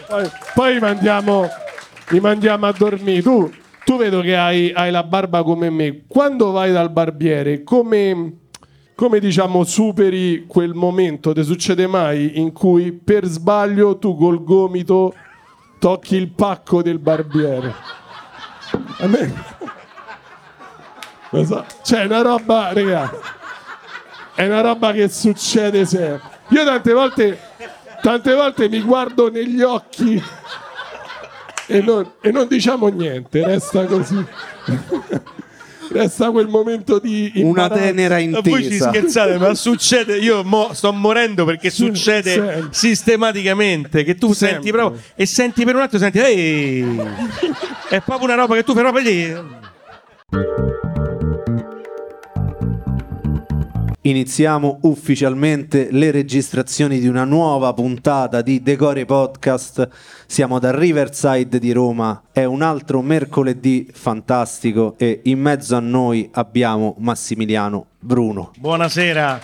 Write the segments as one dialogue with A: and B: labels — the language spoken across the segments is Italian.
A: Poi li mandiamo a dormire. Tu vedo che hai la barba come me. Quando vai dal barbiere, come diciamo superi quel momento? Ti succede mai in cui per sbaglio tu col gomito tocchi il pacco del barbiere? A me lo so. Cioè, è una roba, raga, è una roba che succede sempre. Io tante volte mi guardo negli occhi e non diciamo niente, resta così. Resta quel momento di
B: una tenera intesa.
C: Voi ci scherzate, ma succede. Io sto morendo perché succede sempre, sistematicamente. Che tu sempre senti proprio e senti per un attimo, senti, ehi, è proprio una roba che tu fai proprio.
B: Iniziamo ufficialmente le registrazioni di una nuova puntata di Decore Podcast. Siamo da Riverside di Roma, è un altro mercoledì fantastico e in mezzo a noi abbiamo Massimiliano Bruno.
C: Buonasera.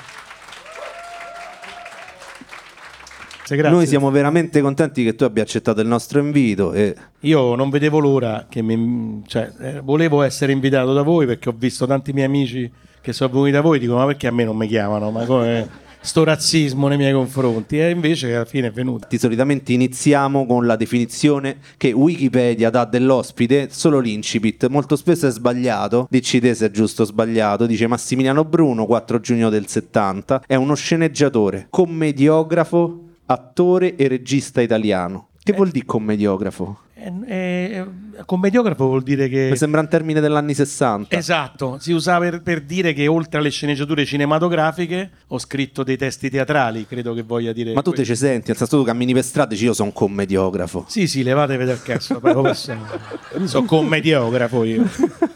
B: Grazie. Noi siamo veramente contenti che tu abbia accettato il nostro invito.
C: Io non vedevo l'ora che volevo essere invitato da voi perché ho visto tanti miei amici che sono venuti da voi, dico ma perché a me non mi chiamano? Ma come sto razzismo nei miei confronti? E invece alla fine è venuto.
B: Solitamente iniziamo con la definizione che Wikipedia dà dell'ospite, solo l'incipit, molto spesso è sbagliato, dici te se è giusto o sbagliato, dice Massimiliano Bruno, 4 giugno del 70, è uno sceneggiatore, commediografo, attore e regista italiano. Che vuol dire commediografo?
C: Commediografo vuol dire che...
B: Mi sembra un termine degli anni 60.
C: Esatto, si usava per dire che oltre alle sceneggiature cinematografiche ho scritto dei testi teatrali, credo che voglia dire.
B: Ma tu te ci senti, nel senso tu cammini per strada e dici io sono un commediografo.
C: Sì, levatevi dal cazzo, sono commediografo io.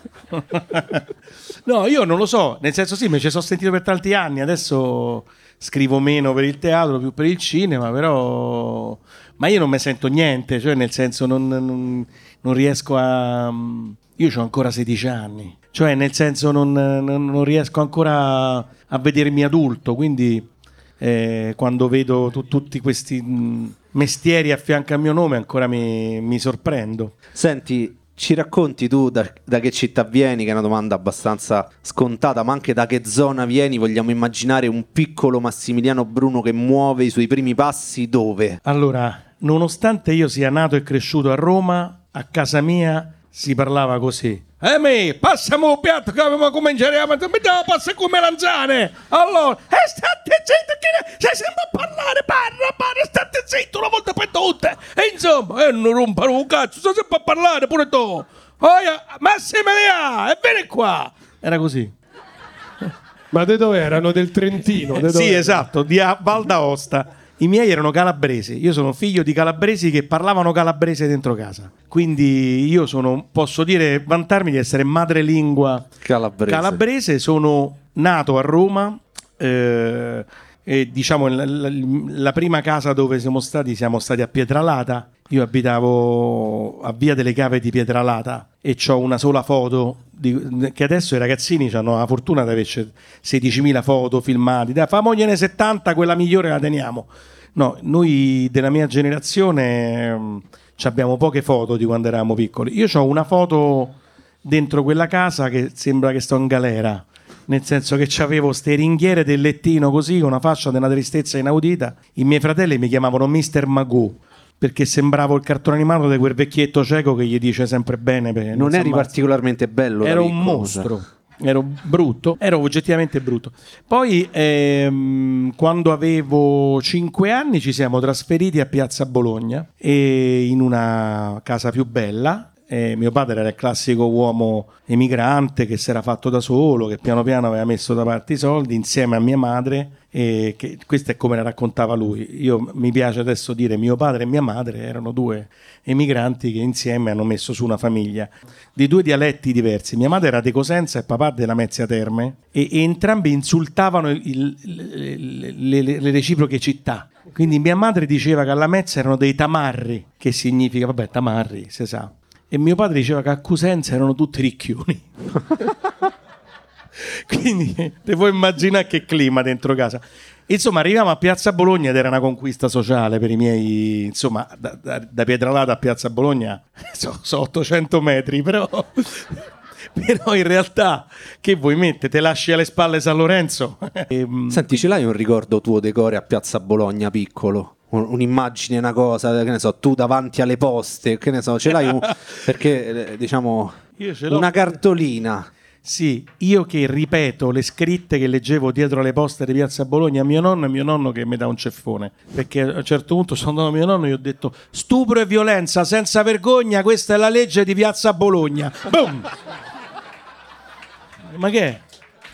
C: No, io non lo so, nel senso sì, me ci sono sentito per tanti anni, adesso scrivo meno per il teatro, più per il cinema, però... Ma io non mi sento niente, cioè nel senso non riesco a... Io ho ancora 16 anni, cioè nel senso non riesco ancora a vedermi adulto, quindi quando vedo tutti questi mestieri a fianco al mio nome ancora mi sorprendo.
B: Senti, ci racconti tu da che città vieni, che è una domanda abbastanza scontata, ma anche da che zona vieni? Vogliamo immaginare un piccolo Massimiliano Bruno che muove i suoi primi passi dove?
C: Allora, nonostante io sia nato e cresciuto a Roma, a casa mia si parlava così. Me, passami un piatto che abbiamo cominciare a mangiare, passa come melanzane. Allora, state zitto, che sei sempre a parlare, parla, state zitto una volta per tutte. E insomma, non rompere un cazzo, sto sempre a parlare pure tu. Oh, Massimiliano, e vieni qua. Era così.
A: Ma di dove erano? Del Trentino?
C: Sì, esatto, di Val d'Aosta. I miei erano calabresi, io sono figlio di calabresi che parlavano calabrese dentro casa, quindi io posso dire, vantarmi di essere madrelingua calabrese. Sono nato a Roma, e diciamo la prima casa dove siamo stati a Pietralata. Io abitavo a Via delle Cave di Pietralata e ho una sola foto che adesso i ragazzini hanno la fortuna di averci 16.000 foto filmati. Dai, famogliene 70, quella migliore la teniamo. No, noi della mia generazione abbiamo poche foto di quando eravamo piccoli. Io ho una foto dentro quella casa che sembra che sto in galera, nel senso che c'avevo ste ringhiere del lettino così, con una faccia di una tristezza inaudita. I miei fratelli mi chiamavano Mr. Magoo, perché sembravo il cartone animato di quel vecchietto cieco che gli dice sempre bene.
B: Non eri particolarmente bello.
C: Ero un mostro, ero brutto, ero oggettivamente brutto. Poi quando avevo 5 anni ci siamo trasferiti a Piazza Bologna e in una casa più bella. Mio padre era il classico uomo emigrante che si era fatto da solo, che piano piano aveva messo da parte i soldi insieme a mia madre, e che questa è come la raccontava lui. Mi piace adesso dire mio padre e mia madre erano 2 emigranti che insieme hanno messo su una famiglia di 2 dialetti diversi. Mia madre era di Cosenza e papà della Mezzia Terme e entrambi insultavano le reciproche città. Quindi mia madre diceva che alla Mezzia erano dei tamarri, che significa, vabbè, tamarri, si sa. E mio padre diceva che a Cosenza erano tutti ricchioni. Quindi ti puoi immaginare che clima dentro casa. Insomma, arriviamo a Piazza Bologna ed era una conquista sociale per i miei, insomma, da Pietralata a Piazza Bologna sono 800 metri, però in realtà che vuoi mettere? Te lasci alle spalle San Lorenzo?
B: Senti, ce l'hai un ricordo tuo decore a Piazza Bologna piccolo? Un'immagine, una cosa, che ne so, tu davanti alle poste, che ne so, ce l'hai perché diciamo
C: Io ce l'ho.
B: una cartolina.
C: Sì, io che ripeto le scritte che leggevo dietro alle poste di Piazza Bologna a mio nonno e mio nonno che mi dà un ceffone, perché a un certo punto sono andato a mio nonno e gli ho detto stupro e violenza senza vergogna, questa è la legge di Piazza Bologna. Boom! Ma che è?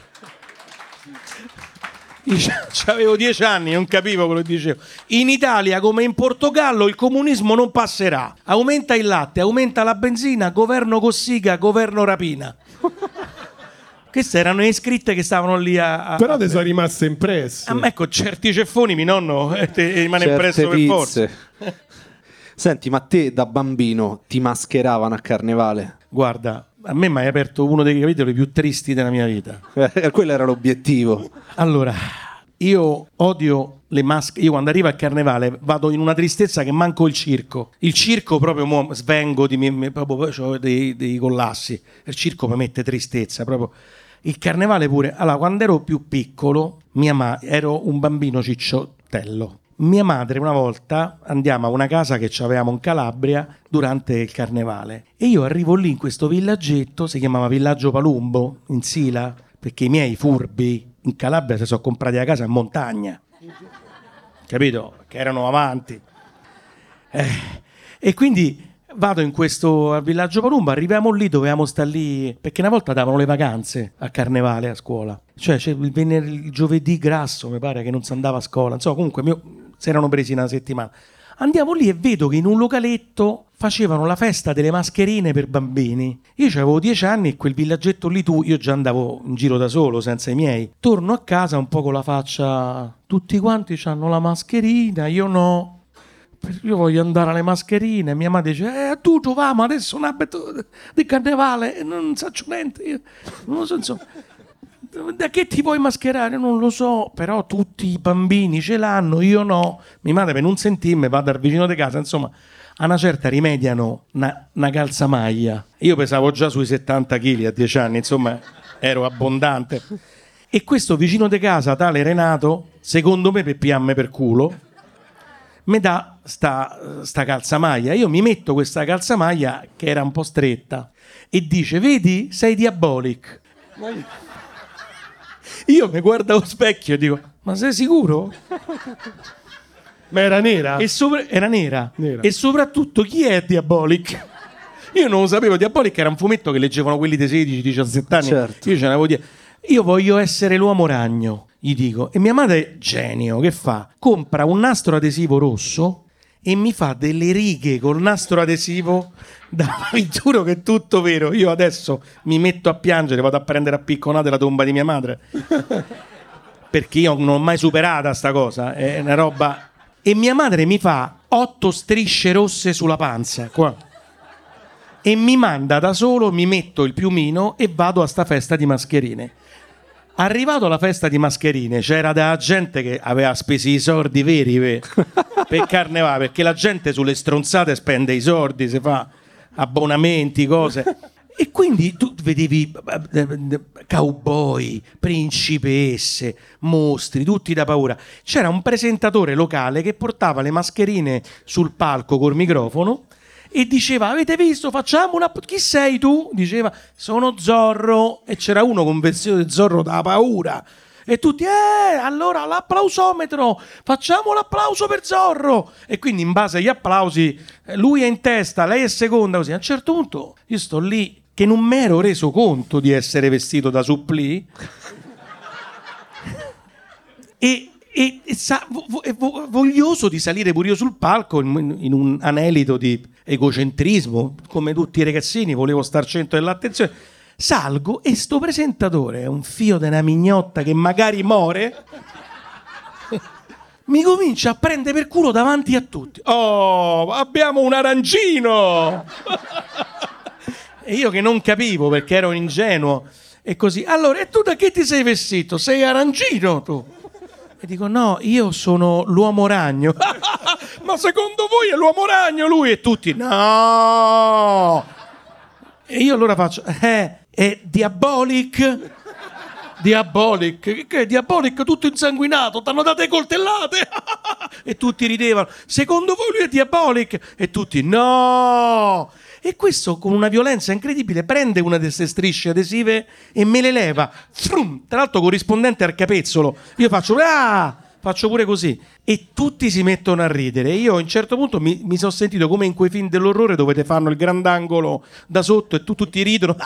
C: Avevo 10 anni, non capivo quello che dicevo. In Italia, come in Portogallo, il comunismo non passerà. Aumenta il latte, aumenta la benzina, governo Cossiga, governo rapina. Queste erano le scritte che stavano lì
A: Però te sono rimaste impresse.
C: a me con certi ceffoni mio nonno rimane
B: Certe
C: impresso per forza.
B: pizze. Senti, ma te da bambino ti mascheravano a carnevale?
C: Guarda, a me mi hai aperto uno dei capitoli più tristi della mia vita.
B: Quello era l'obiettivo.
C: Allora, io odio le maschere. Io quando arrivo al carnevale vado in una tristezza che manco il circo. Il circo proprio svengo proprio c'ho dei collassi. Il circo mi mette tristezza proprio. Il carnevale pure. Allora, quando ero più piccolo, ero un bambino cicciottello. Mia madre una volta andiamo a una casa che avevamo in Calabria durante il carnevale e io arrivo lì in questo villaggetto, si chiamava Villaggio Palumbo, in Sila, perché i miei furbi in Calabria si sono comprati la casa in montagna, capito? Che erano avanti. E quindi vado in questo Villaggio Palumbo, arriviamo lì, dovevamo stare lì, perché una volta davano le vacanze a carnevale a scuola. Cioè il giovedì grasso, mi pare che non si andava a scuola, insomma comunque si erano presi una settimana. Andiamo lì e vedo che in un localetto facevano la festa delle mascherine per bambini. Io avevo 10 anni e quel villaggetto lì io già andavo in giro da solo, senza i miei. Torno a casa un po' con la faccia, tutti quanti hanno la mascherina, io no. Io voglio andare alle mascherine. Mia madre dice, tu troviamo adesso un abito di carnevale, non faccio niente, io non lo so, insomma. Da che ti vuoi mascherare? Non lo so, però tutti i bambini ce l'hanno, io no. Mia madre per non sentirmi va dal vicino di casa, insomma, a una certa rimediano una calzamaglia. Io pesavo già sui 70 kg a 10 anni, insomma, ero abbondante. E questo vicino di casa, tale Renato, secondo me per piamme per culo, mi dà sta calzamaglia. Io mi metto questa calzamaglia che era un po' stretta e dice, vedi, sei diabolic. Io mi guardo allo specchio e dico, ma sei sicuro?
A: Ma era nera?
C: Era nera.
A: Nera.
C: E soprattutto chi è Diabolic? Io non lo sapevo, Diabolic era un fumetto che leggevano quelli dei 16-17 anni.
B: Certo.
C: Io ce n'avevo 10. Io voglio essere l'uomo ragno, gli dico. E mia madre, genio, che fa? Compra un nastro adesivo rosso e mi fa delle righe col nastro adesivo. Vi giuro che è tutto vero. Io adesso mi metto a piangere, vado a prendere a picconate la tomba di mia madre. Perché io non ho mai superata sta cosa. È una roba. E mia madre mi fa 8 strisce rosse sulla panza, qua. E mi manda da solo, mi metto il piumino e vado a sta festa di mascherine. Arrivato alla festa di mascherine c'era della gente che aveva speso i soldi veri per carnevale, perché la gente sulle stronzate spende i soldi, si fa abbonamenti, cose. E quindi tu vedevi cowboy, principesse, mostri, tutti da paura. C'era un presentatore locale che portava le mascherine sul palco col microfono e diceva, avete visto, facciamo una... Chi sei tu? Diceva, sono Zorro. E c'era uno con vestito di Zorro da paura. E tutti, allora l'applausometro, facciamo l'applauso per Zorro. E quindi in base agli applausi, lui è in testa, lei è seconda, così. A un certo punto io sto lì, che non mi ero reso conto di essere vestito da supplì, voglioso di salire pure io sul palco in un anelito di egocentrismo, come tutti i ragazzini, volevo star al centro dell'attenzione. Salgo e sto presentatore è un figlio di una mignotta che magari muore, mi comincia a prendere per culo davanti a tutti. Oh, abbiamo un arancino! E io che non capivo perché ero ingenuo E così, allora, e tu da che ti sei vestito? Sei arancino tu? E dico, no, io sono l'uomo ragno. Ma secondo voi è l'uomo ragno lui? E tutti, no! E io allora faccio, è Diabolic? Diabolic? Che è Diabolic tutto insanguinato? T'hanno date coltellate? E tutti ridevano. Secondo voi lui è Diabolic? E tutti, no! E questo con una violenza incredibile prende una di queste strisce adesive e me le leva. Frum! Tra l'altro corrispondente al capezzolo. Io faccio, faccio pure così. E tutti si mettono a ridere. E io a un certo punto mi sono sentito come in quei film dell'orrore dove ti fanno il grandangolo da sotto e tutti ridono.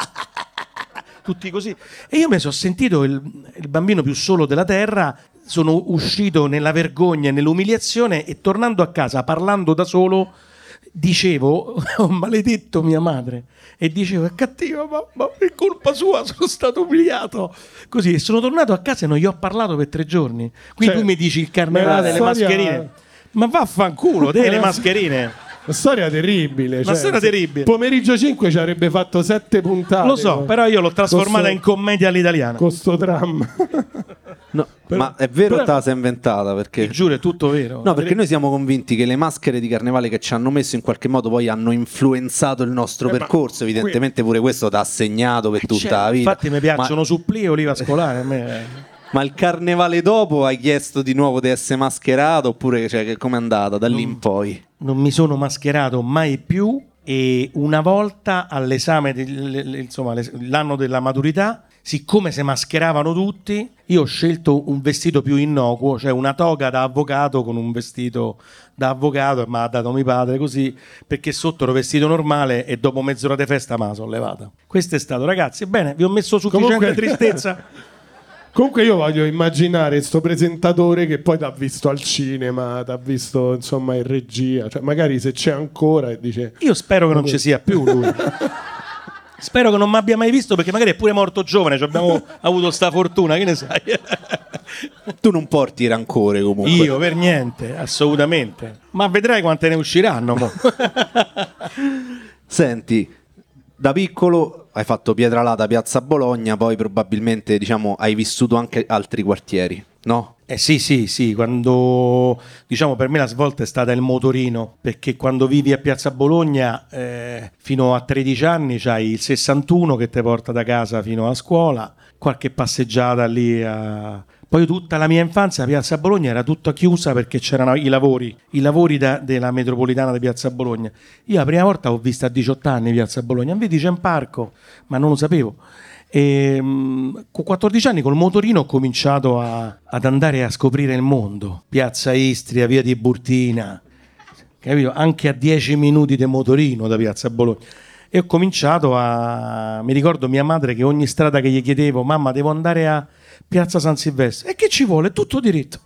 C: Tutti così. E io mi sono sentito il bambino più solo della terra. Sono uscito nella vergogna e nell'umiliazione e tornando a casa parlando da solo dicevo, ho maledetto mia madre, e dicevo, è cattiva, ma è colpa sua, sono stato umiliato. Così, e sono tornato a casa e non gli ho parlato per 3 giorni. Quindi tu mi dici il carnevale delle mascherine. Ma vaffanculo, te le mascherine.
A: Una storia terribile.
C: Una storia terribile.
A: Pomeriggio 5 ci avrebbe fatto 7 puntate.
C: Lo so, però io l'ho trasformata in commedia all'italiana.
A: Con sto dramma.
B: No, ma è vero o te la sei inventata? Perché...
C: Ti giuro, è tutto vero.
B: No, perché noi siamo convinti che le maschere di carnevale che ci hanno messo in qualche modo poi hanno influenzato il nostro percorso. Evidentemente pure questo ti ha segnato per tutta la vita.
C: Infatti mi piacciono supplì e oliva scolare. A me...
B: Ma il carnevale dopo hai chiesto di nuovo di essere mascherato oppure cioè, com'è andata da lì in poi?
C: Non mi sono mascherato mai più e una volta all'esame, insomma, l'anno della maturità, siccome si mascheravano tutti, io ho scelto un vestito più innocuo, cioè una toga da avvocato con un vestito da avvocato, mi ha dato mio padre così, perché sotto ero vestito normale e dopo mezz'ora di festa me la sono levata. Questo è stato, ragazzi, bene, vi ho messo sufficiente tristezza.
A: Comunque io voglio immaginare sto presentatore che poi t'ha visto al cinema, t'ha visto insomma in regia, cioè magari se c'è ancora e dice...
C: Io spero che non ci sia più lui. Spero che non mi abbia mai visto perché magari è pure morto giovane, cioè abbiamo avuto sta fortuna, che ne sai?
B: Tu non porti rancore comunque.
C: Io per niente, assolutamente. Ma vedrai quante ne usciranno. Mo.
B: Senti, da piccolo hai fatto Pietralata, Piazza Bologna, poi probabilmente diciamo hai vissuto anche altri quartieri, no?
C: Sì, quando diciamo per me la svolta è stata il motorino, perché quando vivi a Piazza Bologna fino a 13 anni c'hai il 61 che ti porta da casa fino alla scuola, qualche passeggiata lì Poi tutta la mia infanzia a Piazza Bologna era tutta chiusa perché c'erano i lavori della metropolitana di Piazza Bologna. Io la prima volta ho visto a 18 anni Piazza Bologna, invece c'è un parco, ma non lo sapevo. E, con 14 anni col motorino ho cominciato ad andare a scoprire il mondo. Piazza Istria, via di Burtina, capito? Anche a 10 minuti di motorino da Piazza Bologna. E ho cominciato mi ricordo mia madre che ogni strada che gli chiedevo, mamma devo andare a Piazza San Silvestro, e che ci vuole? Tutto diritto.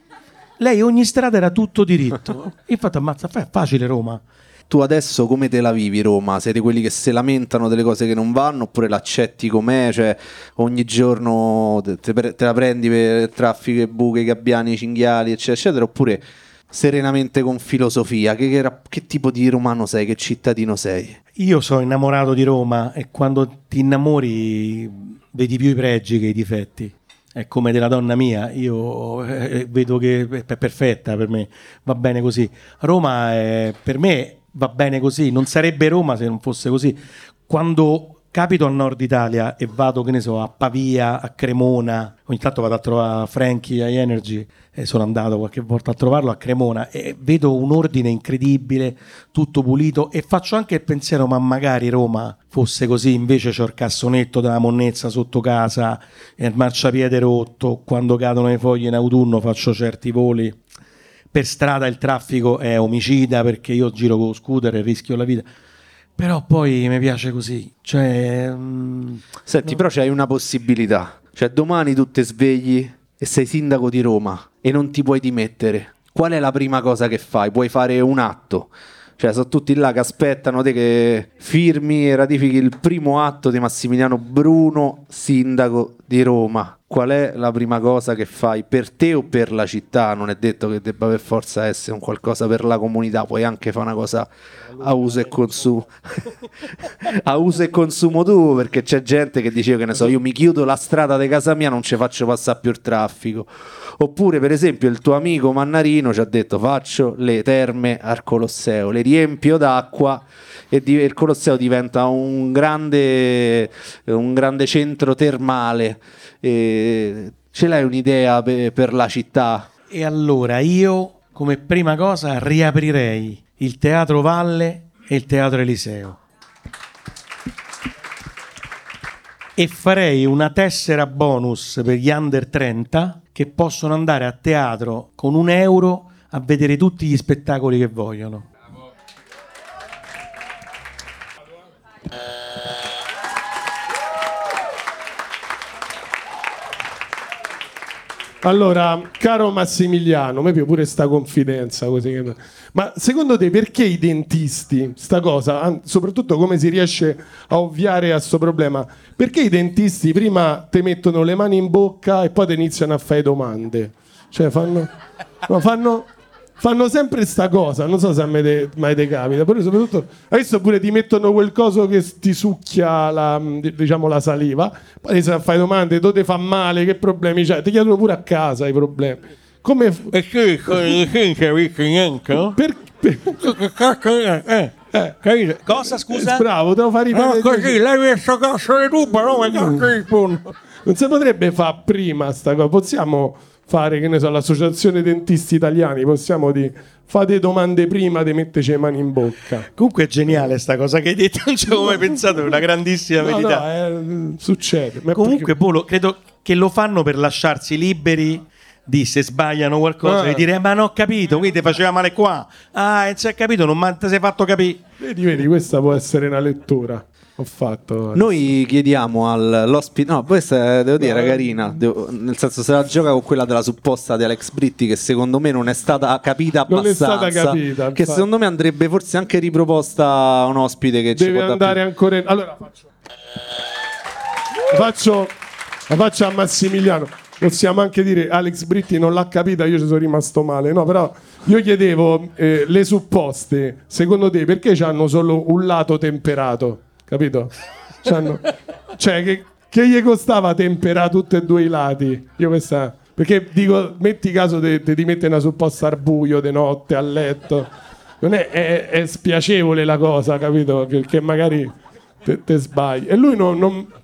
C: Lei ogni strada era tutto diritto. Infatti ammazza, è facile Roma.
B: Tu adesso come te la vivi Roma? Sei di quelli che si lamentano delle cose che non vanno oppure l'accetti com'è? Cioè ogni giorno te la prendi per traffico e buche, gabbiani, cinghiali eccetera eccetera, oppure serenamente con filosofia? Che tipo di romano sei? Che cittadino sei?
C: Io sono innamorato di Roma e quando ti innamori vedi più i pregi che i difetti. È come della donna mia, io vedo che è perfetta per me, va bene così. Roma per me va bene così, non sarebbe Roma se non fosse così. Quando capito al nord Italia e vado, che ne so, a Pavia, a Cremona, ogni tanto vado a trovare Frankie ai Energy, e sono andato qualche volta a trovarlo a Cremona e vedo un ordine incredibile, tutto pulito, e faccio anche il pensiero, ma magari Roma fosse così, invece c'ho il cassonetto della monnezza sotto casa e il marciapiede rotto, quando cadono i fogli in autunno faccio certi voli. Per strada il traffico è omicida perché io giro con lo scooter e rischio la vita. Però poi mi piace così. Cioè,
B: senti, però c'hai una possibilità. Cioè domani tu ti svegli e sei sindaco di Roma e non ti puoi dimettere. Qual è la prima cosa che fai? Puoi fare un atto. Cioè sono tutti là che aspettano te che firmi e ratifichi il primo atto di Massimiliano Bruno, sindaco di Roma, qual è la prima cosa che fai per te o per la città? Non è detto che debba per forza essere un qualcosa per la comunità, puoi anche fare una cosa a uso e consumo. A uso e consumo tu, perché c'è gente che dice, che ne so, io mi chiudo la strada di casa mia, non ci faccio passare più il traffico. Oppure, per esempio, il tuo amico Mannarino ci ha detto: faccio le terme al Colosseo, le riempio d'acqua e il Colosseo diventa un grande centro termale. Ce l'hai un'idea per la città?
C: E allora io, come prima cosa, riaprirei il Teatro Valle e il Teatro Eliseo. E farei una tessera bonus per gli under 30 che possono andare a teatro con €1 a vedere tutti gli spettacoli che vogliono.
A: Allora, caro Massimiliano, a me piace pure sta confidenza così. Ma secondo te perché i dentisti, sta cosa, soprattutto come si riesce a ovviare a sto problema? Perché i dentisti prima ti mettono le mani in bocca e poi ti iniziano a fare domande? Cioè fanno sempre sta cosa, non so se a me mai te capita, però soprattutto adesso pure ti mettono quel coso che ti succhia la saliva, poi iniziano a fare domande, dove ti fa male, che problemi c'hai, ti chiedono pure a casa i problemi. Come
C: Cosa, scusa?
A: Bravo, devo fare
C: Così, lei questo cazzo di tubo, no?
A: Non si potrebbe fare prima sta cosa, possiamo fare, che ne so, l'associazione dentisti italiani, possiamo dire fate domande prima di metterci le mani in bocca.
C: Comunque è geniale sta cosa che hai detto, non ci avevo mai pensato, è una grandissima verità.
A: Succede. Ma
C: Comunque Polo, credo che lo fanno per lasciarsi liberi di, se sbagliano qualcosa, di dire ma non ho capito, quindi ti faceva male qua, non si è capito, non ti sei fatto capire.
A: Vedi, questa può essere una lettura. Ho fatto.
B: Noi chiediamo all'ospite, no, questa devo dire era carina, nel senso se la gioca con quella della supposta di Alex Britti, che secondo me non è stata capita abbastanza,
A: non è stata capita,
B: che
A: infatti.
B: secondo me andrebbe forse anche riproposta a un ospite che
A: deve
B: ci può
A: andare ancora allora faccio a Massimiliano. Possiamo anche dire Alex Britti non l'ha capita, io ci sono rimasto male, no? Però io chiedevo le supposte, secondo te perché hanno solo un lato temperato? Capito? Cioè che gli costava temperare tutti e due i lati? Io questa, perché dico, metti caso ti mette una supposta al buio di notte a letto, non è spiacevole la cosa, capito? Che magari te sbagli, e lui non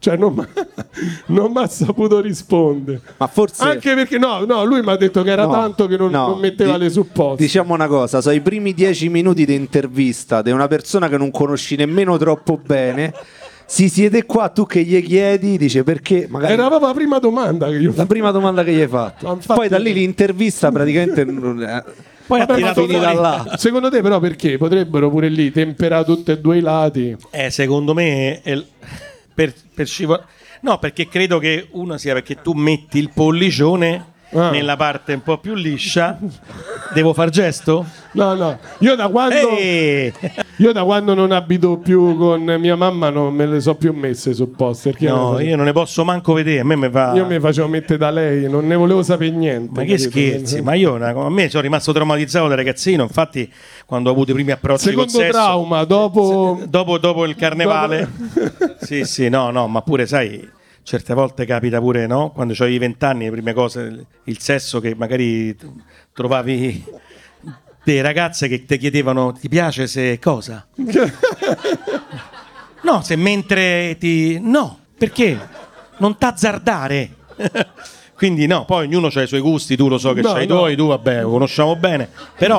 A: mi ha saputo rispondere,
B: Ma forse
A: anche perché no, lui mi ha detto che era tanto che non metteva le supposte.
B: Diciamo una cosa, sono i primi 10 minuti di intervista di una persona che non conosci nemmeno troppo bene, si siede qua, tu che gli chiedi, dice perché magari
A: Era proprio la prima domanda che io
B: la prima domanda che gli hai fatto.
A: Ma infatti-
B: Poi da lì l'intervista praticamente
C: Poi ha
A: Vabbè,
C: tirato
A: ma
C: fuori.
B: là.
A: Secondo te però perché? Potrebbero pure lì temperare tutti e due i lati.
C: Secondo me per scivolare. No, perché credo che uno sia perché tu metti il pollicione nella parte un po' più liscia. Devo far gesto?
A: No, io da quando non abito più con mia mamma non me le so più messe supposte. Perché
C: No, io non ne posso manco vedere. A me mi fa.
A: io mi facevo mettere da lei, non ne volevo sapere niente.
C: Ma che
A: capito?
C: scherzi? Ma io a me sono rimasto traumatizzato da ragazzino. Infatti, quando ho avuto i primi approcci col
A: Secondo
C: sesso,
A: trauma, dopo
C: dopo il carnevale, sì, no, ma pure sai. Certe volte capita pure, no? Quando avevi 20 anni, le prime cose, il sesso, che magari trovavi delle ragazze che ti chiedevano ti piace se cosa? No, se mentre ti... No, perché? Non t'azzardare. Quindi no, poi ognuno ha i suoi gusti, tu lo so che
A: No,
C: c'hai i
A: no.
C: tuoi, tu vabbè, lo conosciamo bene, però...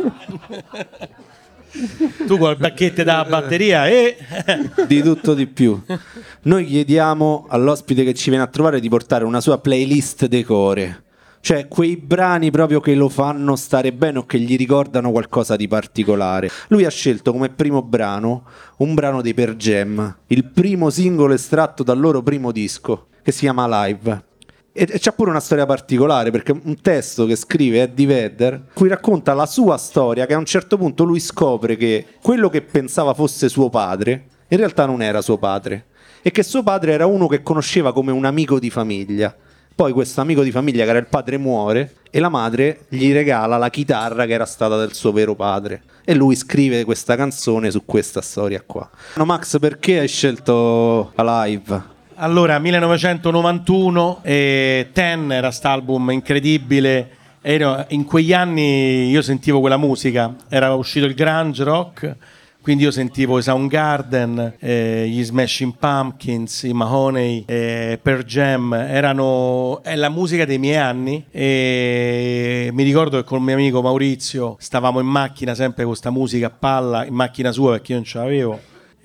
C: Tu con le bacchette da batteria e...
B: di tutto di più. Noi chiediamo all'ospite che ci viene a trovare di portare una sua playlist decore, cioè quei brani proprio che lo fanno stare bene o che gli ricordano qualcosa di particolare. Lui ha scelto come primo brano un brano dei Pearl Jam, il primo singolo estratto dal loro primo disco, che si chiama Live. E c'ha pure una storia particolare, perché un testo che scrive Eddie Vedder, cui racconta la sua storia, che a un certo punto lui scopre che quello che pensava fosse suo padre in realtà non era suo padre, e che suo padre era uno che conosceva come un amico di famiglia. Poi questo amico di famiglia, che era il padre, muore e la madre gli regala la chitarra che era stata del suo vero padre. E lui scrive questa canzone su questa storia qua. No, Max, perché hai scelto Alive?
C: Allora, 1991, Ten era st'album incredibile. In quegli anni io sentivo quella musica, era uscito il grunge rock, quindi io sentivo i Soundgarden, gli Smashing Pumpkins, i Mahoney, Pearl Jam, è la musica dei miei anni. E mi ricordo che con il mio amico Maurizio stavamo in macchina sempre con questa musica a palla, in macchina sua perché io non ce l'avevo,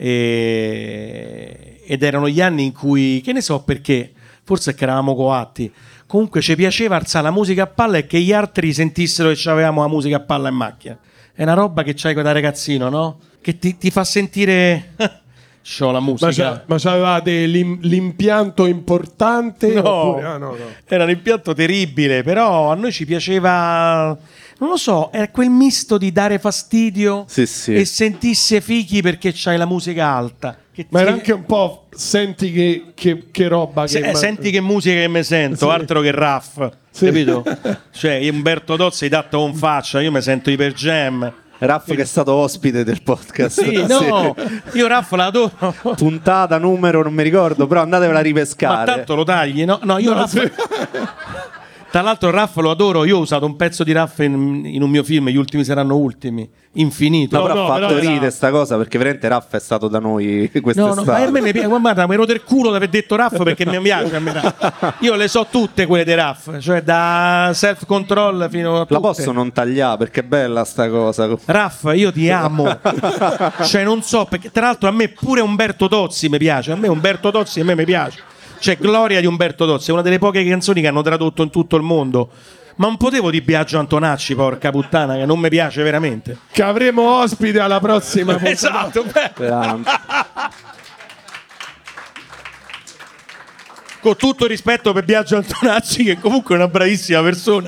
C: ed erano gli anni in cui, che ne so perché, forse è che eravamo coatti, comunque ci piaceva alzare la musica a palla e che gli altri sentissero che avevamo la musica a palla in macchina. È una roba che c'hai da ragazzino, no? Che ti fa sentire c'ho la musica.
A: Ma c'avevate l'impianto importante?
C: No,
A: oppure... no.
C: Era un impianto terribile, però a noi ci piaceva, non lo so, era quel misto di dare fastidio
B: Sì.
C: e sentirsi fichi perché c'hai la musica alta.
A: Ma era anche un po' senti che roba che...
C: Senti che musica che mi sento,
A: Sì.
C: altro che Raff,
A: Sì.
C: capito? Cioè Umberto Tozzi dato con faccia, io mi sento Hyper Jam.
B: Raff che è stato ospite del podcast.
C: Sì, no, io Raff l'adoro.
B: Puntata, numero, non mi ricordo, però andatevela a
C: Ma
B: ripescare.
C: tanto lo tagli, no? No, io Raff... Tra l'altro Raff lo adoro, io ho usato un pezzo di Raff in un mio film, Gli ultimi saranno ultimi, infinito.
B: No, però ha fatto
A: però era-
B: ridere sta cosa, perché veramente Raff è stato da noi
C: No,
B: quest'estate.
C: ma a me mi piace, guarda, mi ero del culo di aver detto Raff perché mi piace a me Raff. Io le so tutte quelle di Raff, cioè da Self Control fino a tutte.
B: La posso non tagliare perché è bella sta cosa.
C: Raff, io ti amo. Cioè non so, perché tra l'altro a me pure Umberto Tozzi mi piace, a me Umberto Tozzi mi piace. Cioè Gloria di Umberto Tozzi è una delle poche canzoni che hanno tradotto in tutto il mondo. Ma non potevo di Biagio Antonacci, porca puttana, che non mi piace veramente.
A: Che avremo ospite alla prossima puntata.
C: Esatto,
B: Veramente.
C: con tutto il rispetto per Biagio Antonacci, che comunque è una bravissima persona.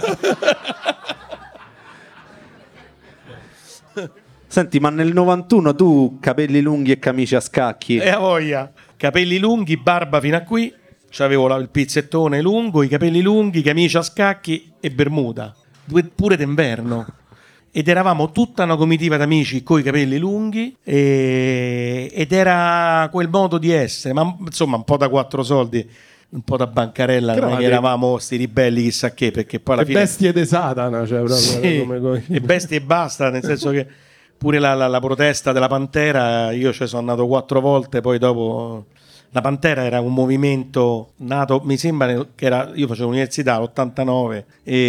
B: Senti, ma nel 91 tu capelli lunghi e camicie a scacchi?
C: E a voglia. Capelli lunghi, barba fino a qui. C'avevo il pizzettone lungo, i capelli lunghi, camicia a scacchi e bermuda. Pure d'inverno. Ed eravamo tutta una comitiva d'amici coi capelli lunghi ed era quel modo di essere, ma insomma un po' da quattro soldi, un po' da bancarella, non è che eravamo sti ribelli chissà che, perché poi alla
A: Le
C: fine...
A: bestie di Satana, cioè proprio
C: Sì,
A: come...
C: e bestie e basta, nel senso che pure la protesta della Pantera, io ci sono andato 4 volte, poi dopo la Pantera era un movimento nato, mi sembra che era, io facevo l'università l'89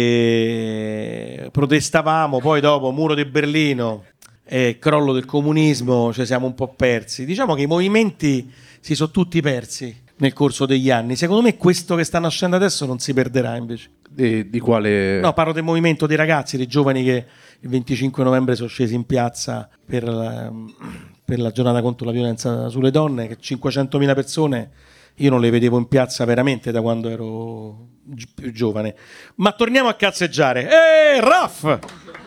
C: e protestavamo, poi dopo muro di Berlino e crollo del comunismo, cioè siamo un po' persi. Diciamo che i movimenti si sono tutti persi nel corso degli anni. Secondo me questo che sta nascendo adesso non si perderà invece.
B: Di quale...
C: No, parlo del movimento dei ragazzi, dei giovani che il 25 novembre sono scesi in piazza per la giornata contro la violenza sulle donne, che 500.000 persone io non le vedevo in piazza veramente da quando ero più giovane. Ma torniamo a cazzeggiare. Raff!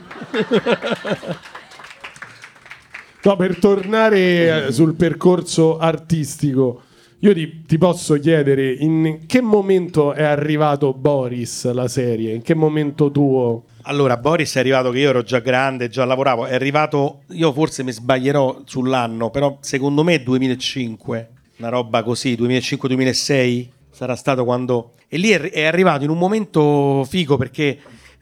A: No, per tornare sul percorso artistico, io ti posso chiedere in che momento è arrivato Boris, la serie? In che momento tuo?
C: Allora, Boris è arrivato che io ero già grande, già lavoravo, è arrivato, io forse mi sbaglierò sull'anno, però secondo me 2005, una roba così, 2005-2006 sarà stato quando... E lì è arrivato in un momento figo perché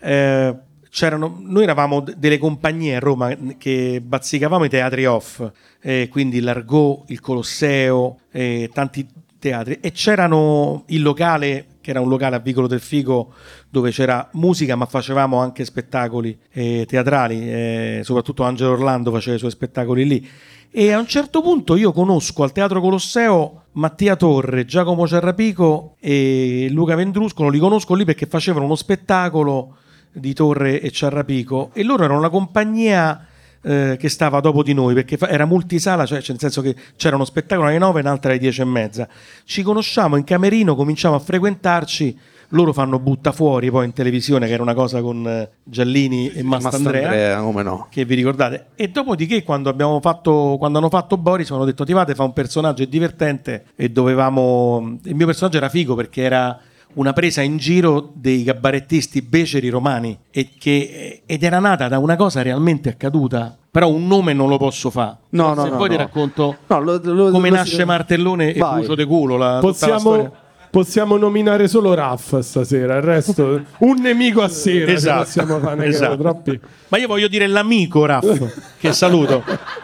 C: noi eravamo delle compagnie a Roma che bazzicavamo i teatri off, quindi l'Argot, il Colosseo, tanti teatri, e c'erano il locale che era un locale a Vicolo del Fico dove c'era musica ma facevamo anche spettacoli teatrali, soprattutto Angelo Orlando faceva i suoi spettacoli lì, e a un certo punto io conosco al Teatro Colosseo Mattia Torre, Giacomo Ciarrapico e Luca Vendrusco, li conosco lì perché facevano uno spettacolo di Torre e Ciarrapico e loro erano una compagnia che stava dopo di noi perché era multisala, cioè nel senso che c'era uno spettacolo alle 9 e un'altra alle 10:30. Ci conosciamo in camerino, cominciamo a frequentarci, loro fanno Butta Fuori poi in televisione, che era una cosa con Giallini e Mastandrea,
B: come no.
C: che vi ricordate. E dopodiché quando hanno fatto Boris, mi hanno detto: ti fate fa un personaggio, è divertente. E il mio personaggio era figo perché era una presa in giro dei cabarettisti beceri romani ed era nata da una cosa realmente accaduta. Però un nome non lo posso fare. Se poi ti racconto come nasce Martellone e Bucio de Culo. Tutta la storia.
A: Possiamo nominare solo Raff stasera, il resto un nemico a sera.
C: Esatto.
A: Troppi.
C: Ma io voglio dire l'amico Raff, che saluto.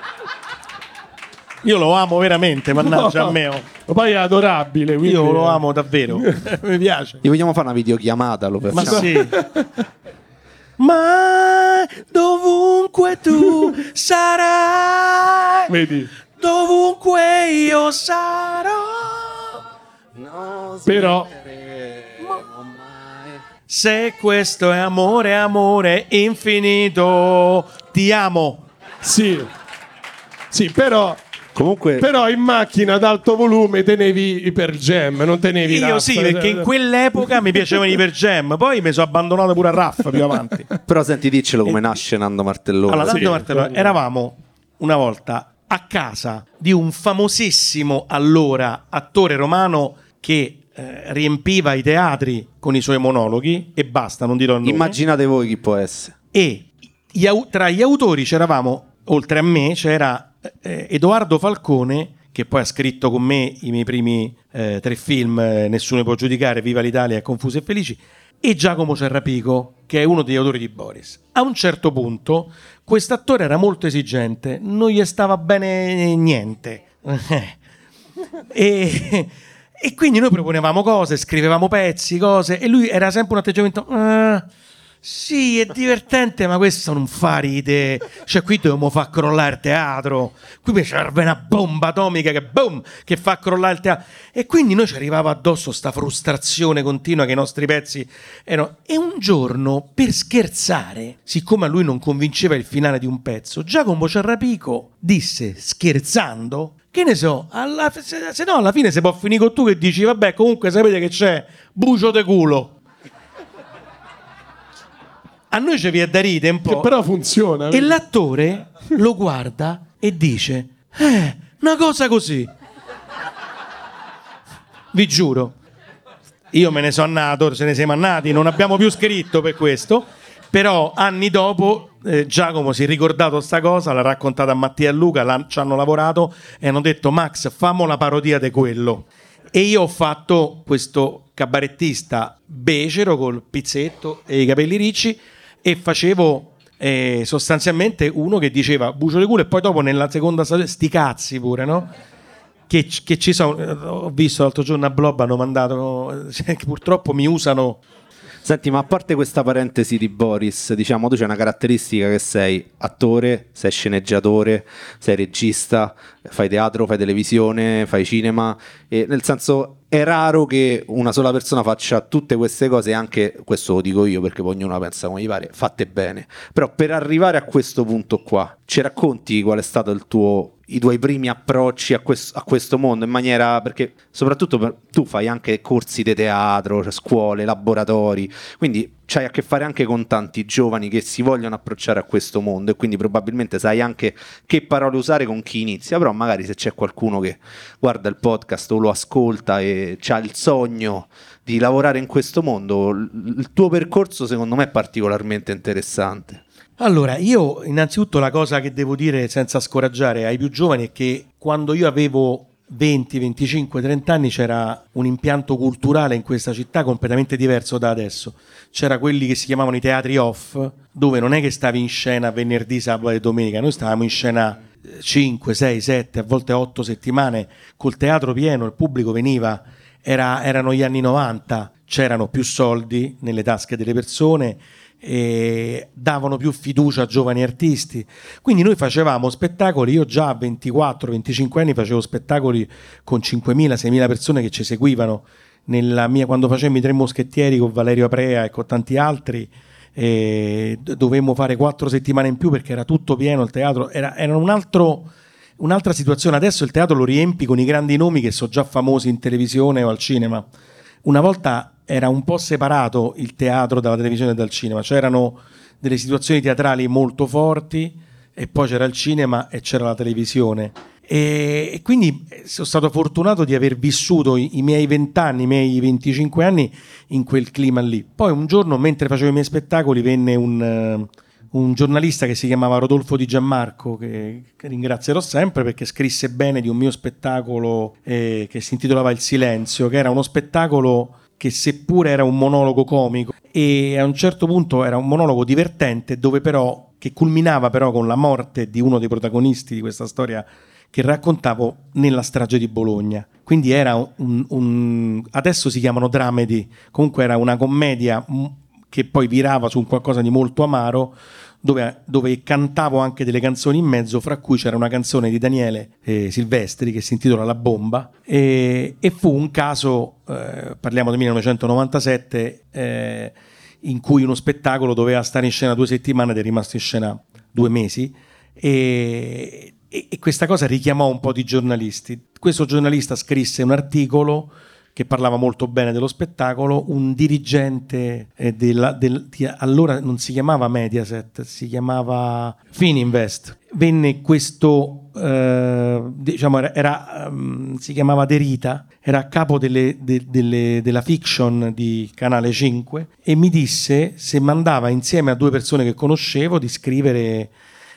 C: Io lo amo veramente, mannaggia a me.
A: Poi è adorabile. Quindi...
C: Io lo amo davvero, mi piace.
B: Gli vogliamo fare una videochiamata, lo facciamo.
C: Ma sì. Ma dovunque tu sarai,
A: vedi?
C: Dovunque io sarò,
A: però
C: se questo è amore infinito, ti amo.
A: Sì, però
B: comunque,
A: però in macchina ad alto volume tenevi i Per Jam, non tenevi
C: io
A: Raff.
C: sì, perché in quell'epoca mi piacevano i Per Jam, poi mi sono abbandonato pure a Raff più avanti.
B: Però senti, diccelo come nasce Nando Martellone.
C: Allora, Nando Martellone, eravamo una volta a casa di un famosissimo allora attore romano che riempiva i teatri con i suoi monologhi e basta, non dirò il nome.
B: Immaginate voi chi può essere.
C: E tra gli autori c'eravamo, oltre a me, c'era Edoardo Falcone, che poi ha scritto con me i miei primi 3 film, Nessuno può giudicare, Viva l'Italia e Confusi e Felici, e Giacomo Cerrapico, che è uno degli autori di Boris. A un certo punto quest'attore era molto esigente, non gli stava bene niente. E quindi noi proponevamo cose, scrivevamo pezzi, cose, e lui era sempre un atteggiamento: sì, è divertente, ma questo non fa ride. Cioè, qui dobbiamo far crollare il teatro. Qui mi serve una bomba atomica che fa crollare il teatro. E quindi noi ci arrivava addosso sta frustrazione continua che i nostri pezzi erano. E un giorno, per scherzare, siccome a lui non convinceva il finale di un pezzo, Giacomo Cerrapico disse, scherzando: che ne so, se no alla fine si può finire con tu che dici: vabbè, comunque sapete che c'è Bucio de Culo. A noi ci viene da ridere un po'.
A: Che però funziona.
C: E l'attore lo guarda e dice: una cosa così. Vi giuro. Io me ne sono andato, se ne siamo andati, non abbiamo più scritto per questo. Però anni dopo Giacomo si è ricordato sta cosa, l'ha raccontata a Mattia e Luca, ci hanno lavorato e hanno detto: Max, fammo la parodia di quello. E io ho fatto questo cabarettista becero col pizzetto e i capelli ricci e facevo sostanzialmente uno che diceva Bucio de Culo, e poi dopo nella seconda stagione sti cazzi pure, no? Che ci sono. Ho visto l'altro giorno a Blob hanno mandato, che purtroppo mi usano.
B: Senti, ma a parte questa parentesi di Boris, diciamo, tu c'è una caratteristica che sei attore, sei sceneggiatore, sei regista, fai teatro, fai televisione, fai cinema, e nel senso è raro che una sola persona faccia tutte queste cose, anche, questo lo dico io perché poi ognuno la pensa come gli pare, fatte bene. Però per arrivare a questo punto qua, ci racconti qual è stato i tuoi primi approcci a questo mondo, in maniera, perché soprattutto tu fai anche corsi di teatro, cioè scuole, laboratori, quindi c'hai a che fare anche con tanti giovani che si vogliono approcciare a questo mondo, e quindi probabilmente sai anche che parole usare con chi inizia. Però magari se c'è qualcuno che guarda il podcast o lo ascolta e ha il sogno di lavorare in questo mondo, il tuo percorso secondo me è particolarmente interessante.
C: Allora, io innanzitutto la cosa che devo dire senza scoraggiare ai più giovani è che quando io avevo 20, 25, 30 anni c'era un impianto culturale in questa città completamente diverso da adesso. C'era quelli che si chiamavano i teatri off, dove non è che stavi in scena venerdì, sabato e domenica, noi stavamo in scena 5, 6, 7, a volte 8 settimane, col teatro pieno, il pubblico veniva, erano gli anni 90, c'erano più soldi nelle tasche delle persone e davano più fiducia a giovani artisti, quindi noi facevamo spettacoli. Io già a 24-25 anni facevo spettacoli con 5.000-6.000 persone che ci seguivano quando facemmo i Tre Moschettieri con Valerio Aprea e con tanti altri. Dovemmo fare 4 settimane in più perché era tutto pieno il teatro, era un'altra situazione. Adesso il teatro lo riempi con i grandi nomi che sono già famosi in televisione o al cinema. Una volta era un po' separato il teatro dalla televisione e dal cinema, c'erano delle situazioni teatrali molto forti e poi c'era il cinema e c'era la televisione. E quindi sono stato fortunato di aver vissuto i miei 20 anni, i miei 25 anni in quel clima lì. Poi un giorno, mentre facevo i miei spettacoli, venne un giornalista che si chiamava Rodolfo Di Gianmarco, che ringrazierò sempre perché scrisse bene di un mio spettacolo che si intitolava Il Silenzio, che era uno spettacolo che seppure era un monologo comico e a un certo punto era un monologo divertente, dove però che culminava però con la morte di uno dei protagonisti di questa storia che raccontavo nella strage di Bologna. Quindi era adesso si chiamano dramedy, comunque era una commedia che poi virava su un qualcosa di molto amaro, dove cantavo anche delle canzoni in mezzo, fra cui c'era una canzone di Daniele Silvestri che si intitola La bomba, e fu un caso, parliamo del 1997, in cui uno spettacolo doveva stare in scena 2 settimane ed è rimasto in scena 2 mesi, e questa cosa richiamò un po' di giornalisti. Questo giornalista scrisse un articolo che parlava molto bene dello spettacolo. Un dirigente allora non si chiamava Mediaset, si chiamava Fininvest. Venne questo, si chiamava De Rita, era a capo della fiction di Canale 5 e mi disse se mandava insieme a 2 persone che conoscevo di scrivere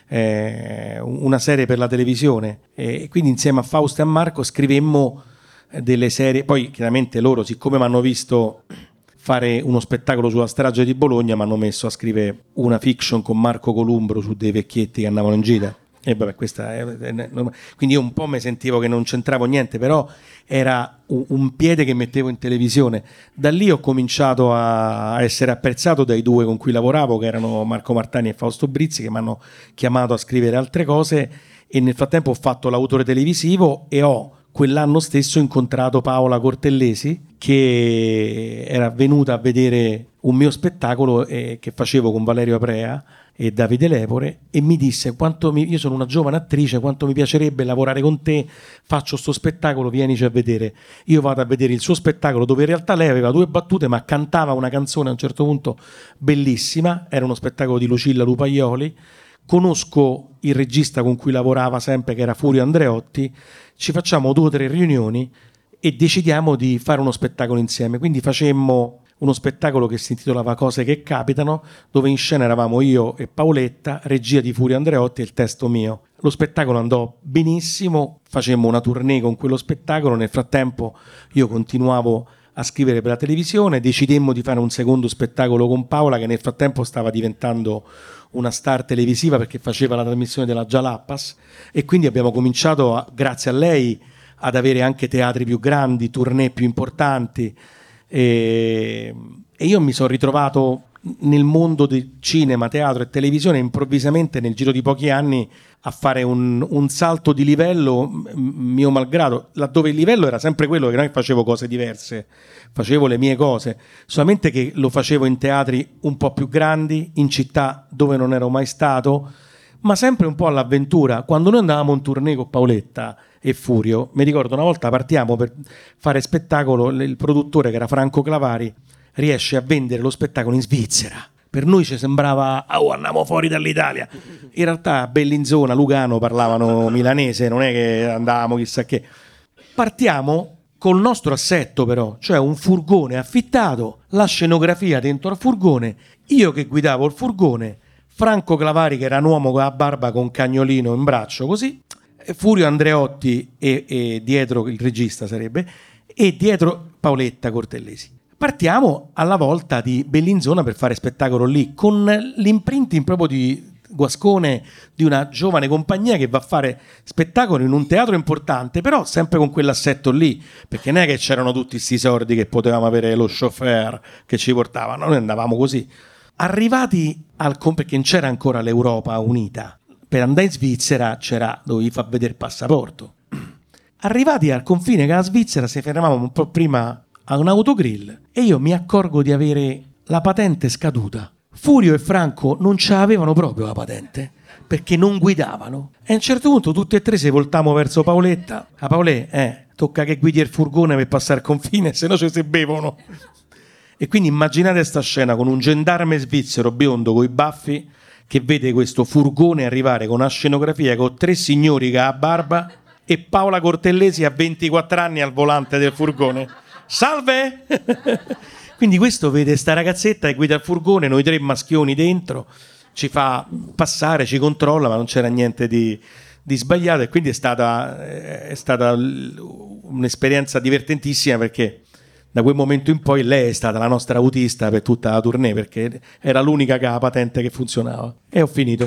C: una serie per la televisione, e quindi insieme a Fausto e a Marco scrivemmo delle serie. Poi chiaramente loro, siccome mi hanno visto fare uno spettacolo sulla strage di Bologna, mi hanno messo a scrivere una fiction con Marco Columbro su dei vecchietti che andavano in gita. E vabbè, quindi io un po' mi sentivo che non c'entravo niente, però era un piede che mettevo in televisione. Da lì ho cominciato a essere apprezzato dai 2 con cui lavoravo, che erano Marco Martani e Fausto Brizzi, che mi hanno chiamato a scrivere altre cose, e nel frattempo ho fatto l'autore televisivo e ho quell'anno stesso incontrato Paola Cortellesi, che era venuta a vedere un mio spettacolo che facevo con Valerio Aprea e Davide Lepore, e mi disse io sono una giovane attrice, quanto mi piacerebbe lavorare con te, faccio sto spettacolo, vienici a vedere. Io vado a vedere il suo spettacolo, dove in realtà lei aveva 2 battute ma cantava una canzone a un certo punto bellissima, era uno spettacolo di Lucilla Lupaioli. Conosco il regista con cui lavorava sempre, che era Furio Andreotti, ci facciamo 2 o 3 riunioni e decidiamo di fare uno spettacolo insieme. Quindi facemmo uno spettacolo che si intitolava Cose che capitano, dove in scena eravamo io e Paoletta, regia di Furio Andreotti e il testo mio. Lo spettacolo andò benissimo, facemmo una tournée con quello spettacolo. Nel frattempo io continuavo a scrivere per la televisione, decidemmo di fare un secondo spettacolo con Paola, che nel frattempo stava diventando una star televisiva perché faceva la trasmissione della Jalapas, e quindi abbiamo cominciato, grazie a lei, ad avere anche teatri più grandi, tournée più importanti, e io mi sono ritrovato nel mondo di cinema, teatro e televisione improvvisamente nel giro di pochi anni a fare un salto di livello mio malgrado, laddove il livello era sempre quello, che non facevo cose diverse, facevo le mie cose, solamente che lo facevo in teatri un po' più grandi, in città dove non ero mai stato, ma sempre un po' all'avventura. Quando noi andavamo in tournée con Paoletta e Furio, mi ricordo una volta partiamo per fare spettacolo, il produttore, che era Franco Clavari, riesce a vendere lo spettacolo in Svizzera. Per noi ci sembrava andiamo fuori dall'Italia. In realtà a Bellinzona, Lugano parlavano milanese, non è che andavamo chissà che. Partiamo col nostro assetto però, cioè un furgone affittato, la scenografia dentro al furgone, io che guidavo il furgone, Franco Clavari che era un uomo con la barba con cagnolino in braccio così, Furio Andreotti e dietro il regista sarebbe, e dietro Paoletta Cortellesi. Partiamo alla volta di Bellinzona per fare spettacolo lì, con l'imprinting proprio di Guascone, di una giovane compagnia che va a fare spettacolo in un teatro importante, però sempre con quell'assetto lì, perché non è che c'erano tutti questi soldi che potevamo avere lo chauffeur che ci portavano, noi andavamo così. Arrivati perché non c'era ancora l'Europa unita, per andare in Svizzera dovevi far vedere il passaporto. Arrivati al confine con la Svizzera, se fermavamo un po' prima a un autogrill e io mi accorgo di avere la patente scaduta. Furio e Franco non ce l'avevano proprio la patente perché non guidavano, e a un certo punto tutti e 3 si voltamo verso Paoletta. A Paolè, tocca che guidi il furgone per passare il confine, se no ci si bevono. E quindi immaginate sta scena con un gendarme svizzero biondo coi baffi che vede questo furgone arrivare con una scenografia con 3 signori che ha barba e Paola Cortellesi a 24 anni al volante del furgone. Salve! Quindi questo vede sta ragazzetta che guida il furgone, noi 3 maschioni dentro, ci fa passare, ci controlla, ma non c'era niente di sbagliato, e quindi è stata un'esperienza divertentissima, perché da quel momento in poi lei è stata la nostra autista per tutta la tournée, perché era l'unica che aveva patente che funzionava. E ho finito.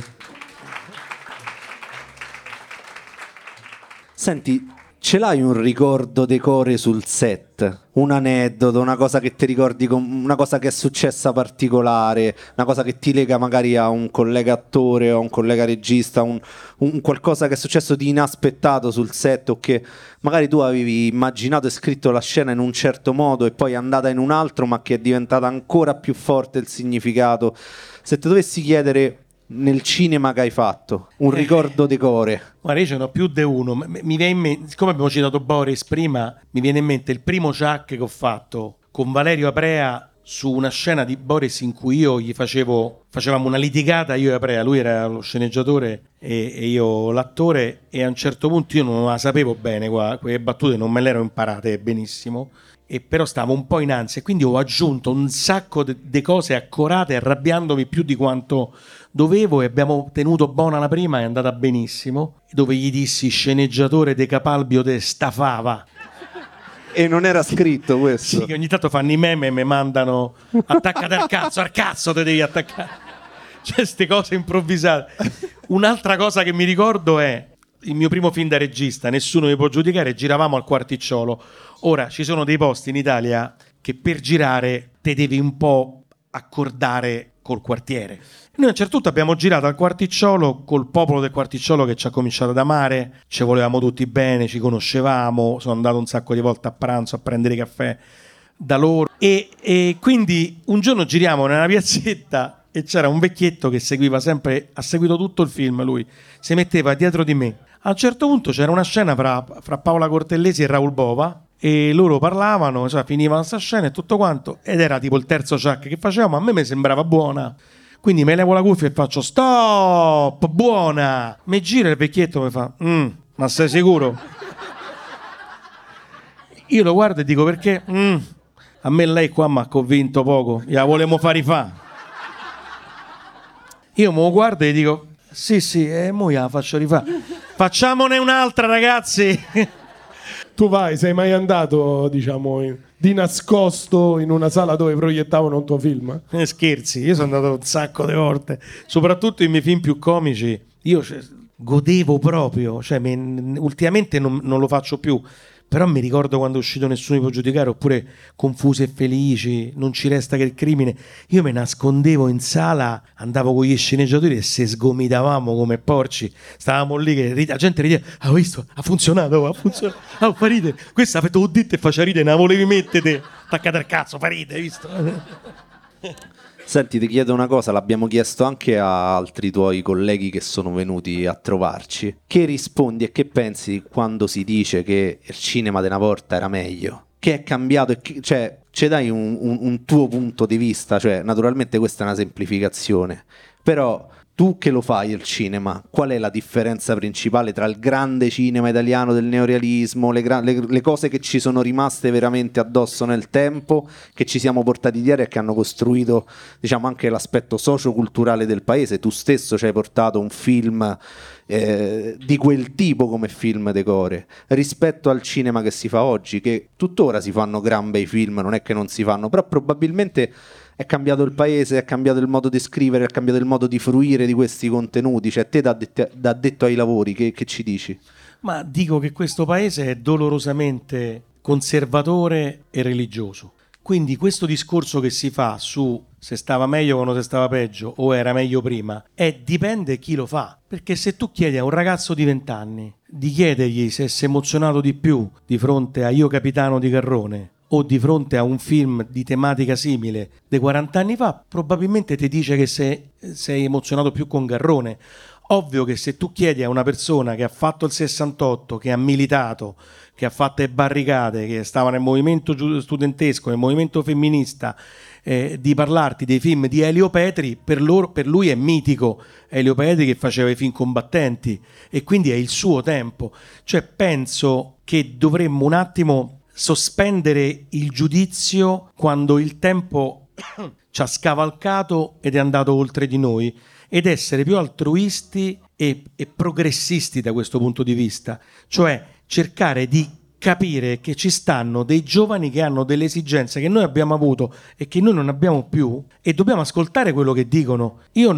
B: Senti, ce l'hai un ricordo decore sul set? Un aneddoto, una cosa che ti ricordi, una cosa che è successa particolare, una cosa che ti lega magari a un collega attore o a un collega regista, un qualcosa che è successo di inaspettato sul set, o che magari tu avevi immaginato e scritto la scena in un certo modo e poi è andata in un altro, ma che è diventata ancora più forte il significato. Se ti dovessi chiedere nel cinema che hai fatto, un ricordo decore.
C: Guarda, io ce n'ho più di uno. Mi viene in mente, siccome abbiamo citato Boris prima, mi viene in mente il primo Chuck che ho fatto con Valerio Aprea su una scena di Boris in cui io gli facevamo una litigata, io e Aprea, lui era lo sceneggiatore e io l'attore, e a un certo punto io non la sapevo bene, quelle battute non me le ero imparate benissimo, e però stavo un po' in ansia, e quindi ho aggiunto un sacco di cose accorate, arrabbiandomi più di quanto dovevo, e abbiamo tenuto buona la prima, è andata benissimo, dove gli dissi: sceneggiatore De Capalbio te stafava.
B: E non era scritto questo?
C: Sì, che ogni tanto fanno i meme e mi mandano: attaccate al cazzo te devi attaccare. Cioè, queste cose improvvisate. Un'altra cosa che mi ricordo è il mio primo film da regista, nessuno mi può giudicare, giravamo al Quarticciolo. Ora, ci sono dei posti in Italia che per girare te devi un po' accordare col quartiere. Noi a un certo punto abbiamo girato al Quarticciolo col popolo del Quarticciolo che ci ha cominciato ad amare, ci volevamo tutti bene, ci conoscevamo, sono andato un sacco di volte a pranzo a prendere caffè da loro, e quindi un giorno giriamo nella piazzetta e c'era un vecchietto che seguiva sempre, ha seguito tutto il film, lui si metteva dietro di me. A un certo punto c'era una scena fra Paola Cortellesi e Raul Bova, e loro parlavano, cioè finivano questa scena e tutto quanto, ed era tipo il terzo Chuck che facevamo, a me mi sembrava buona, quindi me levo la cuffia e faccio: stop, buona. Mi gira il vecchietto e mi fa: ma sei sicuro? Io lo guardo e dico: perché? A me lei qua mi ha convinto poco, la volevamo fare rifà. Io me lo guardo e dico: sì, mo la faccio rifare. Facciamone un'altra, ragazzi.
A: Tu sei mai andato, diciamo, di nascosto in una sala dove proiettavano un tuo film?
C: Scherzi, io sono andato un sacco di volte, soprattutto i miei film più comici. Io godevo proprio, cioè ultimamente non lo faccio più, però mi ricordo quando è uscito Nessuno mi può giudicare, oppure Confusi e felici, Non ci resta che il crimine. Io mi nascondevo in sala, andavo con gli sceneggiatori e se sgomitavamo come porci. Stavamo lì che la gente rideva: ha visto? Ha funzionato, fa ride. Questa ha fatto un ditto e faccia ride, non la volevi mettere, attaccate al cazzo, fa ride, hai visto?
B: Senti, ti chiedo una cosa, l'abbiamo chiesto anche a altri tuoi colleghi che sono venuti a trovarci. Che rispondi e che pensi quando si dice che il cinema di una volta era meglio? Che è cambiato? Cioè, ci dai un tuo punto di vista? Cioè, naturalmente questa è una semplificazione, però tu che lo fai il cinema, qual è la differenza principale tra il grande cinema italiano del neorealismo, le cose che ci sono rimaste veramente addosso nel tempo, che ci siamo portati dietro e che hanno costruito, diciamo, anche l'aspetto socioculturale del paese? Tu stesso ci hai portato un film di quel tipo come film decore, rispetto al cinema che si fa oggi, che tuttora si fanno gran bei film, non è che non si fanno, però probabilmente è cambiato il paese, è cambiato il modo di scrivere, è cambiato il modo di fruire di questi contenuti. Cioè, te da addetto ai lavori, che ci dici?
C: Ma dico che questo paese è dolorosamente conservatore e religioso. Quindi questo discorso che si fa su se stava meglio quando si stava peggio o era meglio prima, dipende chi lo fa. Perché se tu chiedi a un ragazzo di 20 anni di chiedergli se si è emozionato di più di fronte a Io Capitano di Garrone o di fronte a un film di tematica simile dei 40 anni fa, probabilmente ti dice che sei emozionato più con Garrone. Ovvio che se tu chiedi a una persona che ha fatto il 68, che ha militato, che ha fatto le barricate, che stava nel movimento studentesco, nel movimento femminista, di parlarti dei film di Elio Petri, per lui è mitico Elio Petri che faceva i film combattenti, e quindi è il suo tempo. Cioè penso che dovremmo un attimo sospendere il giudizio quando il tempo ci ha scavalcato ed è andato oltre di noi, ed essere più altruisti e progressisti da questo punto di vista, cioè cercare di capire che ci stanno dei giovani che hanno delle esigenze che noi abbiamo avuto e che noi non abbiamo più, e dobbiamo ascoltare quello che dicono.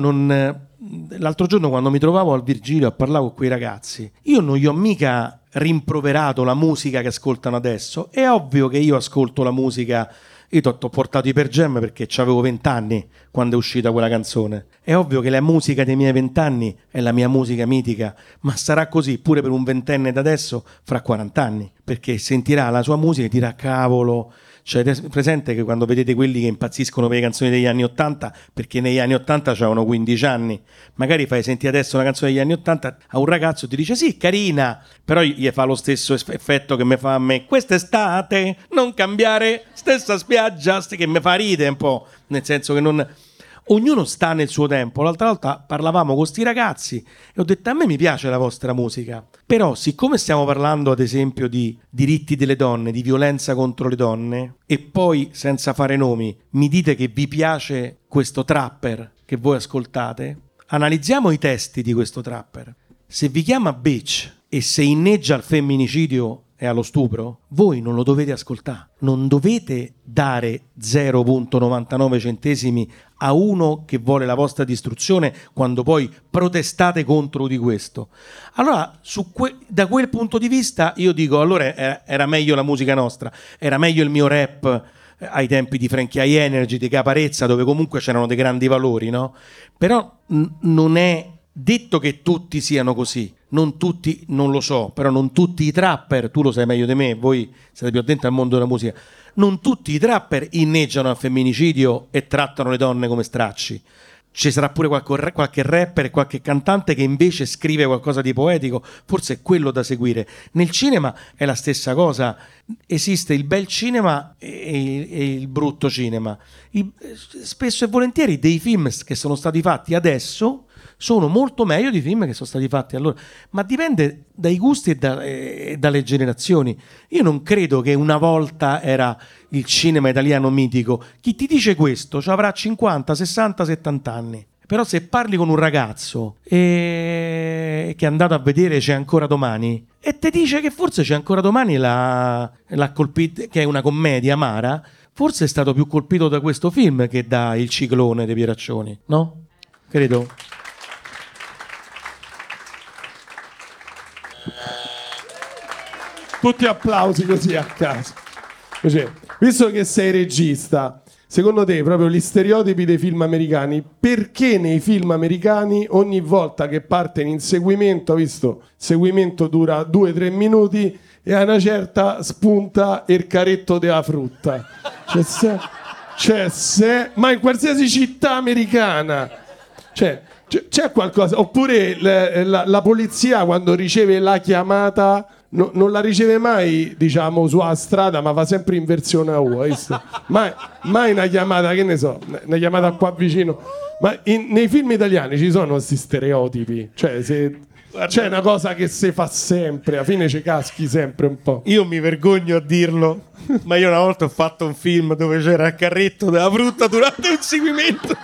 C: L'altro giorno, quando mi trovavo al Virgilio a parlare con quei ragazzi, io non gli ho mica rimproverato la musica che ascoltano adesso. È ovvio che io ascolto la musica. Io t'ho portato i Pearl Jam perché avevo 20 anni quando è uscita quella canzone. È ovvio che la musica dei miei 20 anni è la mia musica mitica, ma sarà così pure per un ventenne d'adesso fra 40 anni, perché sentirà la sua musica e dirà cavolo. Cioè, presente che quando vedete quelli che impazziscono per le canzoni degli anni 80 perché negli anni 80 c'avevano 15 anni, magari fai sentire adesso una canzone degli anni 80 a un ragazzo e ti dice sì, carina, però gli fa lo stesso effetto che mi fa a me quest'estate, non cambiare, stessa spiaggia, che mi fa ridere un po', nel senso che non... Ognuno sta nel suo tempo. L'altra volta parlavamo con sti ragazzi e ho detto a me mi piace la vostra musica, però siccome stiamo parlando ad esempio di diritti delle donne, di violenza contro le donne, e poi senza fare nomi mi dite che vi piace questo trapper che voi ascoltate, analizziamo i testi di questo trapper. Se vi chiama bitch e se inneggia al femminicidio e allo stupro, voi non lo dovete ascoltare, non dovete dare 0,99 centesimi a uno che vuole la vostra distruzione quando poi protestate contro di questo. Allora, da quel punto di vista io dico, allora era meglio la musica nostra, era meglio il mio rap ai tempi di Frankie High Energy, di Caparezza, dove comunque c'erano dei grandi valori, no? Però non è detto che tutti siano così, non tutti, non lo so, però non tutti i trapper, tu lo sai meglio di me, voi siete più attenti al mondo della musica, non tutti i trapper inneggiano al femminicidio e trattano le donne come stracci. Ci sarà pure qualche rapper e qualche cantante che invece scrive qualcosa di poetico, forse è quello da seguire. Nel cinema è la stessa cosa, esiste il bel cinema e il brutto cinema. Spesso e volentieri dei film che sono stati fatti adesso sono molto meglio di film che sono stati fatti allora, ma dipende dai gusti e dalle generazioni. Io non credo che una volta era il cinema italiano mitico. Chi ti dice questo avrà 50, 60, 70 anni. Però se parli con un ragazzo che è andato a vedere C'è ancora domani e ti dice che forse C'è ancora domani l'ha colpito, che è una commedia amara, forse è stato più colpito da questo film che da Il ciclone dei Pieraccioni, no? Credo.
A: Tutti applausi così a caso. Così. Visto che sei regista, secondo te proprio gli stereotipi dei film americani, perché nei film americani ogni volta che parte in inseguimento, visto, il seguimento dura 2-3 minuti e a una certa spunta il carretto della frutta? Ma in qualsiasi città americana. C'è qualcosa, oppure la polizia quando riceve la chiamata non la riceve mai, diciamo, sulla strada, ma va sempre in versione A U, visto? Mai una chiamata, che ne so, una chiamata qua vicino. Ma nei film italiani ci sono questi stereotipi, cioè c'è una cosa che si fa sempre, alla fine ci caschi sempre un po'.
C: Io mi vergogno a dirlo, ma io una volta ho fatto un film dove c'era il carretto della frutta durante un seguimento.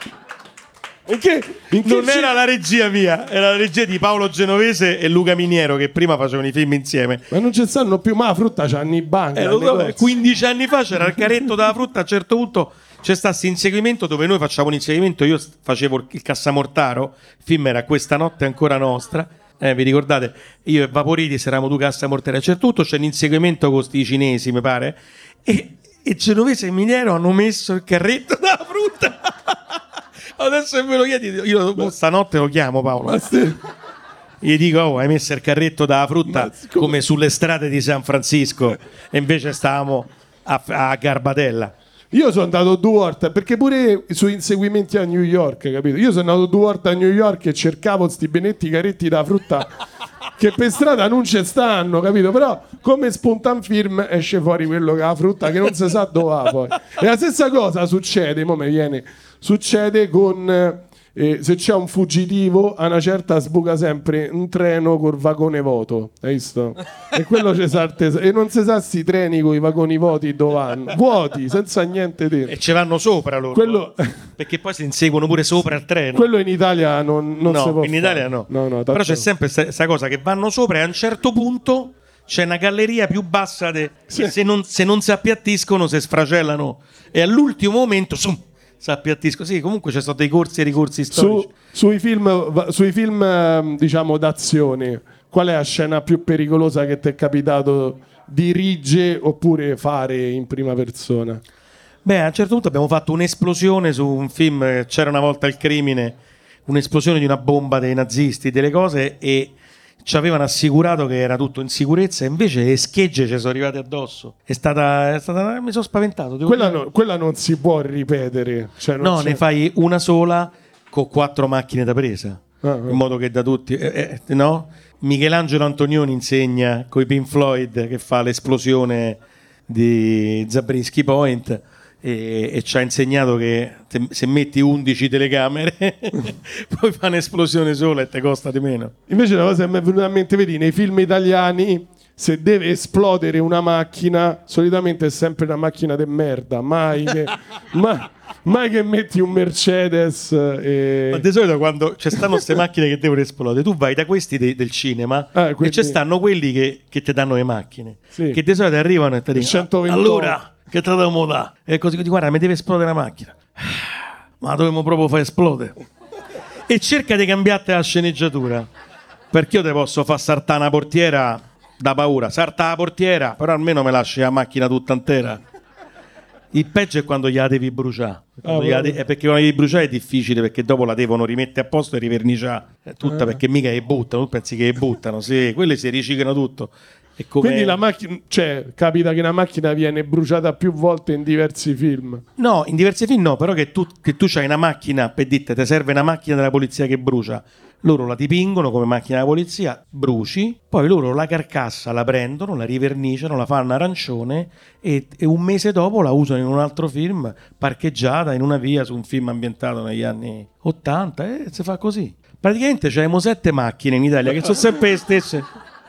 C: Non era la regia mia, era la regia di Paolo Genovese e Luca Miniero, che prima facevano i film insieme.
A: Ma non ci stanno più, ma la frutta c'hanno i banchi.
C: 15 anni fa c'era il carretto della frutta, a un certo punto c'è stato questo inseguimento dove noi facciamo un inseguimento, io facevo il Cassamortaro, il film era Questa notte è ancora nostra, vi ricordate? Io e Vaporiti eravamo due Cassamortari, a un certo punto c'è un inseguimento con sti cinesi, mi pare, e Genovese e Miniero hanno messo il carretto della frutta. Adesso se me lo chiedi, io stanotte lo chiamo Paolo. Gli dico, hai messo il carretto della frutta come sulle strade di San Francisco e invece stavamo a Garbatella.
A: Io sono andato 2 volte, perché pure su inseguimenti a New York, capito? Io sono andato 2 volte a New York e cercavo sti benetti caretti da frutta che per strada non ci stanno, capito? Però come spunta un film esce fuori quello che ha la frutta che non si sa dove va poi. E la stessa cosa succede, succede con... se c'è un fuggitivo a una certa sbuca sempre un treno col vagone vuoto, hai visto? E quello ci sa e non si sa sti treni con i vagoni vuoti dove vanno, vuoti senza niente dentro,
C: E ci vanno sopra loro,
A: quello,
C: perché poi si inseguono pure sopra il treno.
A: quello in Italia non
C: no,
A: si può
C: in
A: fare.
C: Italia no.
A: Però
C: Però c'è sempre questa cosa che vanno sopra e a un certo punto c'è una galleria più bassa
A: Sì.
C: e se non si appiattiscono si sfracellano e all'ultimo momento si appiattiscono. Sì, comunque ci sono dei corsi e ricorsi storici.
A: sui film diciamo d'azione, qual è la scena più pericolosa che ti è capitato dirigere oppure fare in prima persona?
C: Beh, a un certo punto abbiamo fatto un'esplosione su un film, C'era una volta il crimine, un'esplosione di una bomba dei nazisti, delle cose, e ci avevano assicurato che era tutto in sicurezza, e invece le schegge ci sono arrivate addosso. È stata mi sono spaventato. devo dire.
A: Quella non si può ripetere, cioè non
C: No,
A: c'è-
C: ne fai una sola con 4 macchine da presa, in modo che da tutti, no? Michelangelo Antonioni insegna coi Pink Floyd che fa l'esplosione di Zabriskie Point e ci ha insegnato che se metti 11 telecamere poi fa un'esplosione sola e ti costa di meno.
A: Invece la cosa che mi è venuta in mente, vedi, nei film italiani se deve esplodere una macchina solitamente è sempre una macchina de merda, mai che metti un Mercedes
C: Ma di solito quando ci stanno queste macchine che devono esplodere, tu vai da questi del cinema e
A: quindi-
C: ci stanno quelli che ti danno le macchine,
A: Sì.
C: che di solito arrivano e ti dicono
A: 128.
C: allora che te dobbiamo dare? E così ti guarda, mi deve esplodere la macchina. Ma la dobbiamo proprio far esplodere. E cerca di cambiarti la sceneggiatura, perché io te posso far saltare una portiera da paura, salta la portiera, però almeno me lasci la macchina tutta intera. Il peggio è quando gliela devi bruciare. Perché quando la devi bruciare è difficile, perché dopo la devono rimettere a posto e riverniciare tutta, perché mica le buttano. Tu pensi che le buttano? Sì, quelle si riciclano tutto. E come...
A: quindi la macchina, cioè capita che una macchina viene bruciata più volte in diversi film.
C: No, in diversi film no, però che tu c'hai una macchina, per dite, ti serve una macchina della polizia che brucia, loro la dipingono come macchina della polizia, bruci, poi loro la carcassa la prendono, la riverniciano, la fanno arancione e un mese dopo la usano in un altro film, parcheggiata in una via su un film ambientato negli anni 80 e si fa così. Praticamente c'abbiamo 7 macchine in Italia che sono sempre le stesse.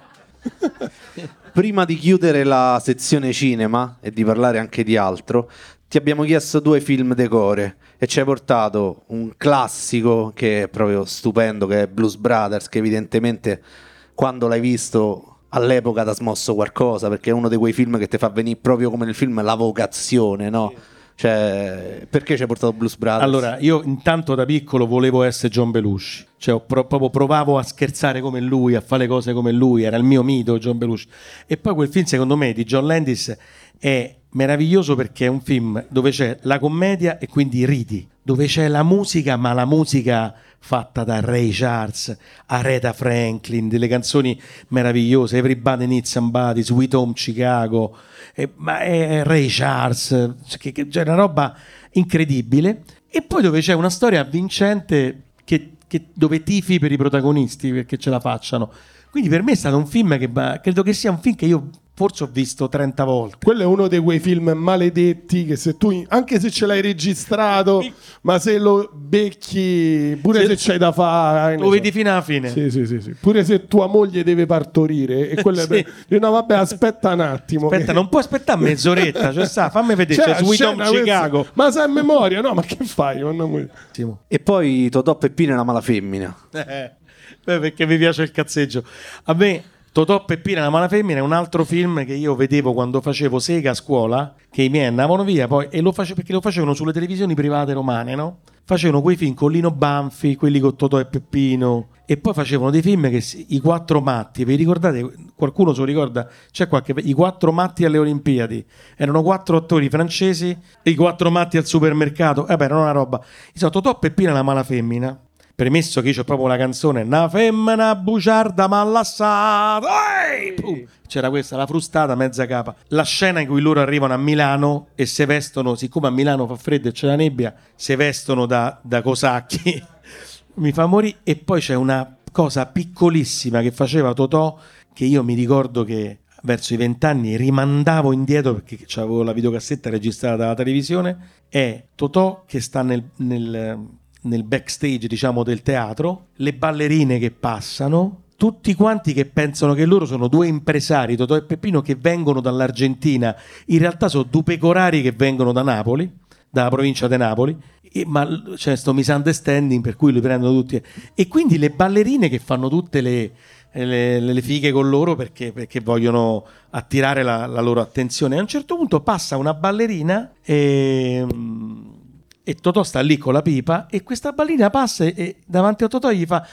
B: Prima di chiudere la sezione cinema e di parlare anche di altro, ti abbiamo chiesto 2 film decore e ci hai portato un classico che è proprio stupendo, che è Blues Brothers, che evidentemente quando l'hai visto all'epoca ti ha smosso qualcosa, perché è uno di quei film che ti fa venire proprio come nel film la vocazione, no? Cioè, perché ci hai portato Blues Brothers?
C: Allora, io intanto da piccolo volevo essere John Belushi, cioè proprio provavo a scherzare come lui, a fare le cose come lui, era il mio mito John Belushi. E poi quel film secondo me di John Landis è meraviglioso perché è un film dove c'è la commedia e quindi ridi, dove c'è la musica, ma la musica fatta da Ray Charles, Aretha Franklin, delle canzoni meravigliose, Everybody Needs Somebody, Sweet Home Chicago, ma è Ray Charles, che c'è una roba incredibile. E poi dove c'è una storia avvincente dove tifi per i protagonisti perché ce la facciano. Quindi per me è stato un film che credo che sia un film che io forse ho visto 30 volte.
A: Quello è uno di quei film maledetti che se tu, anche se ce l'hai registrato, ma se lo becchi, pure se c'hai da fare,
C: Lo vedi fino alla fine.
A: Sì. Pure se tua moglie deve partorire e quello
C: Sì.
A: no vabbè, aspetta un attimo.
C: Aspetta, non puoi aspettare mezz'oretta, cioè fammi vedere, c'è Sweet Home Chicago.
A: Ma sai a memoria, no? Ma che fai?
B: E poi Totò, Peppino e la Malafemmina.
C: Perché mi piace il cazzeggio. A me Totò, Peppina e la Malafemmina è un altro film che io vedevo quando facevo sega a scuola, che i miei andavano via poi, e perché lo facevano sulle televisioni private romane, no? Facevano quei film con Lino Banfi, quelli con Totò e Peppino, e poi facevano dei film che i 4 matti, vi ricordate? Qualcuno se lo ricorda? C'è i 4 matti alle Olimpiadi, erano 4 attori francesi, i 4 matti al supermercato, erano una roba. Totò, Peppina e la Malafemmina Premesso che io c'ho proprio una canzone, una femmina bugiarda m'allassata, c'era questa, la frustata mezza capa. La scena in cui loro arrivano a Milano e si vestono, siccome a Milano fa freddo e c'è la nebbia, si vestono da cosacchi, mi fa morire. E poi c'è una cosa piccolissima che faceva Totò, che io mi ricordo che verso i 20 anni rimandavo indietro perché avevo la videocassetta registrata dalla televisione. È Totò che sta nel backstage, diciamo, del teatro, le ballerine che passano, tutti quanti che pensano che loro sono due impresari, Totò e Peppino, che vengono dall'Argentina. In realtà sono due pecorari che vengono da Napoli, dalla provincia di Napoli, ma c'è questo misunderstanding per cui li prendono tutti. E quindi le ballerine che fanno tutte le fighe con loro perché vogliono attirare la loro attenzione. A un certo punto passa una ballerina e Totò sta lì con la pipa e questa ballerina passa e davanti a Totò gli fa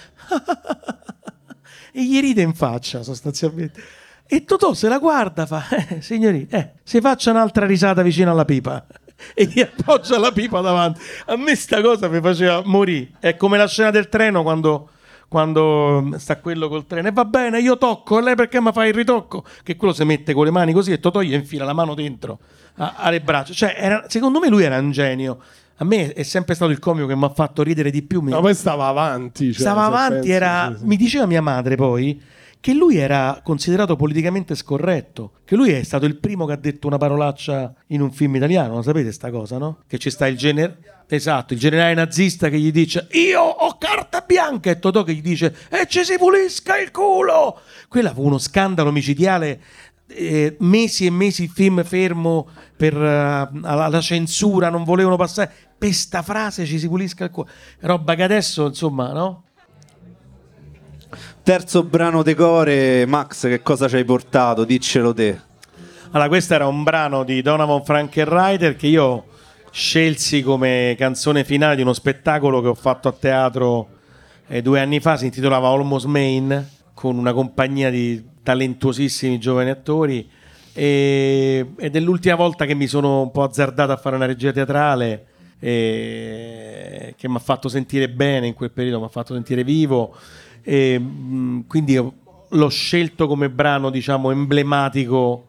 C: e gli ride in faccia sostanzialmente. E Totò se la guarda, fa signori, si faccia un'altra risata vicino alla pipa e gli appoggia la pipa davanti. A me sta cosa mi faceva morire. È come la scena del treno quando sta quello col treno e va bene, io tocco, e lei perché mi fa il ritocco? Che quello si mette con le mani così e Totò gli infila la mano dentro alle braccia. Cioè, secondo me lui era un genio. A me è sempre stato il comico che mi ha fatto ridere di più.
A: Ma poi stava avanti.
C: Stava avanti, sì. Mi diceva mia madre poi che lui era considerato politicamente scorretto, che lui è stato il primo che ha detto una parolaccia in un film italiano, lo sapete sta cosa, no? Che ci sta il generale nazista che gli dice io ho carta bianca e Totò che gli dice e ci si pulisca il culo. Quella fu uno scandalo micidiale. Mesi e mesi il film fermo per la censura, non volevano passare per sta frase ci si pulisca il culo, roba che adesso insomma, no?
B: Terzo brano decore, Max, che cosa ci hai portato? Diccelo te.
C: Allora, questo era un brano di Donovan Frankenreiter che io scelsi come canzone finale di uno spettacolo che ho fatto a teatro 2 anni fa, si intitolava Almost Maine, con una compagnia di talentuosissimi giovani attori ed è l'ultima volta che mi sono un po' azzardato a fare una regia teatrale che mi ha fatto sentire bene in quel periodo, mi ha fatto sentire vivo quindi l'ho scelto come brano, diciamo, emblematico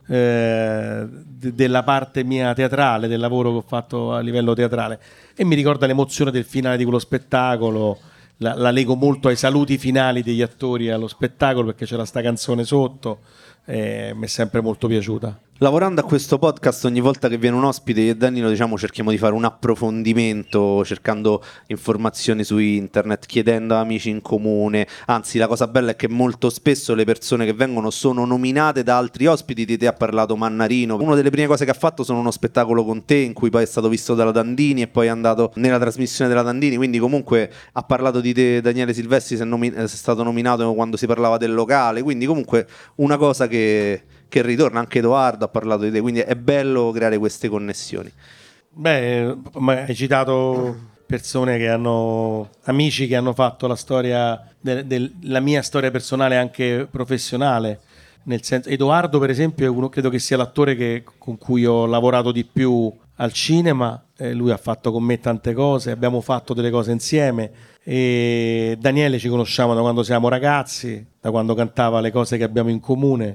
C: della parte mia teatrale, del lavoro che ho fatto a livello teatrale, e mi ricorda l'emozione del finale di quello spettacolo. La lego molto ai saluti finali degli attori allo spettacolo perché c'era sta canzone sotto mi è sempre molto piaciuta.
B: Lavorando a questo podcast, ogni volta che viene un ospite, io e Danilo, diciamo, cerchiamo di fare un approfondimento, cercando informazioni su internet, chiedendo a amici in comune. Anzi, la cosa bella è che molto spesso le persone che vengono sono nominate da altri ospiti. Di te ha parlato Mannarino. Una delle prime cose che ha fatto sono uno spettacolo con te, in cui poi è stato visto dalla Dandini e poi è andato nella trasmissione della Dandini. Quindi comunque ha parlato di te Daniele Silvestri, se è stato nominato quando si parlava del locale. Quindi comunque una cosa che ritorna. Anche Edoardo ha parlato di te, quindi è bello creare queste connessioni.
C: Beh, hai citato persone che hanno, amici che hanno fatto la storia la mia storia personale anche professionale, nel senso, Edoardo per esempio è uno, credo che sia l'attore con cui ho lavorato di più al cinema, lui ha fatto con me tante cose, abbiamo fatto delle cose insieme. E Daniele ci conosciamo da quando siamo ragazzi, da quando cantava Le cose che abbiamo in comune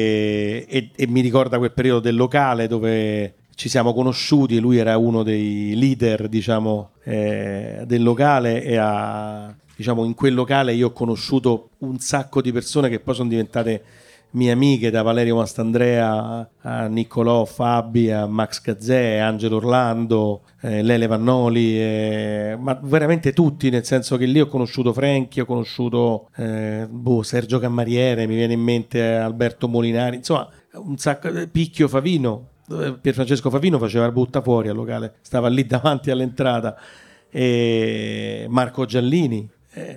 C: e mi ricorda quel periodo del locale dove ci siamo conosciuti, lui era uno dei leader, diciamo, del locale e diciamo, in quel locale io ho conosciuto un sacco di persone che poi sono diventate mie amiche, da Valerio Mastandrea a Niccolò Fabi, a Max Gazzè, Angelo Orlando, Lele Vannoli, ma veramente tutti, nel senso che lì ho conosciuto Franchi, ho conosciuto Sergio Cammariere, mi viene in mente Alberto Molinari, insomma un sacco, Picchio Favino, Pierfrancesco Favino faceva il buttafuori al locale, stava lì davanti all'entrata, Marco Giallini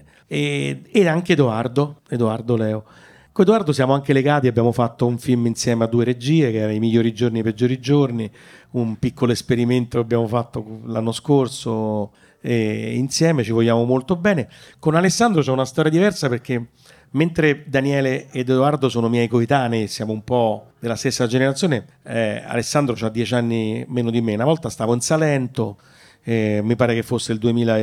C: e anche Edoardo Leo. Con Edoardo siamo anche legati, abbiamo fatto un film insieme a 2 regie che era I migliori giorni e i peggiori giorni, un piccolo esperimento che abbiamo fatto l'anno scorso e insieme ci vogliamo molto bene. Con Alessandro c'è una storia diversa perché mentre Daniele ed Edoardo sono miei coetanei, siamo un po' della stessa generazione, Alessandro ha 10 anni meno di me. Una volta stavo in Salento mi pare che fosse il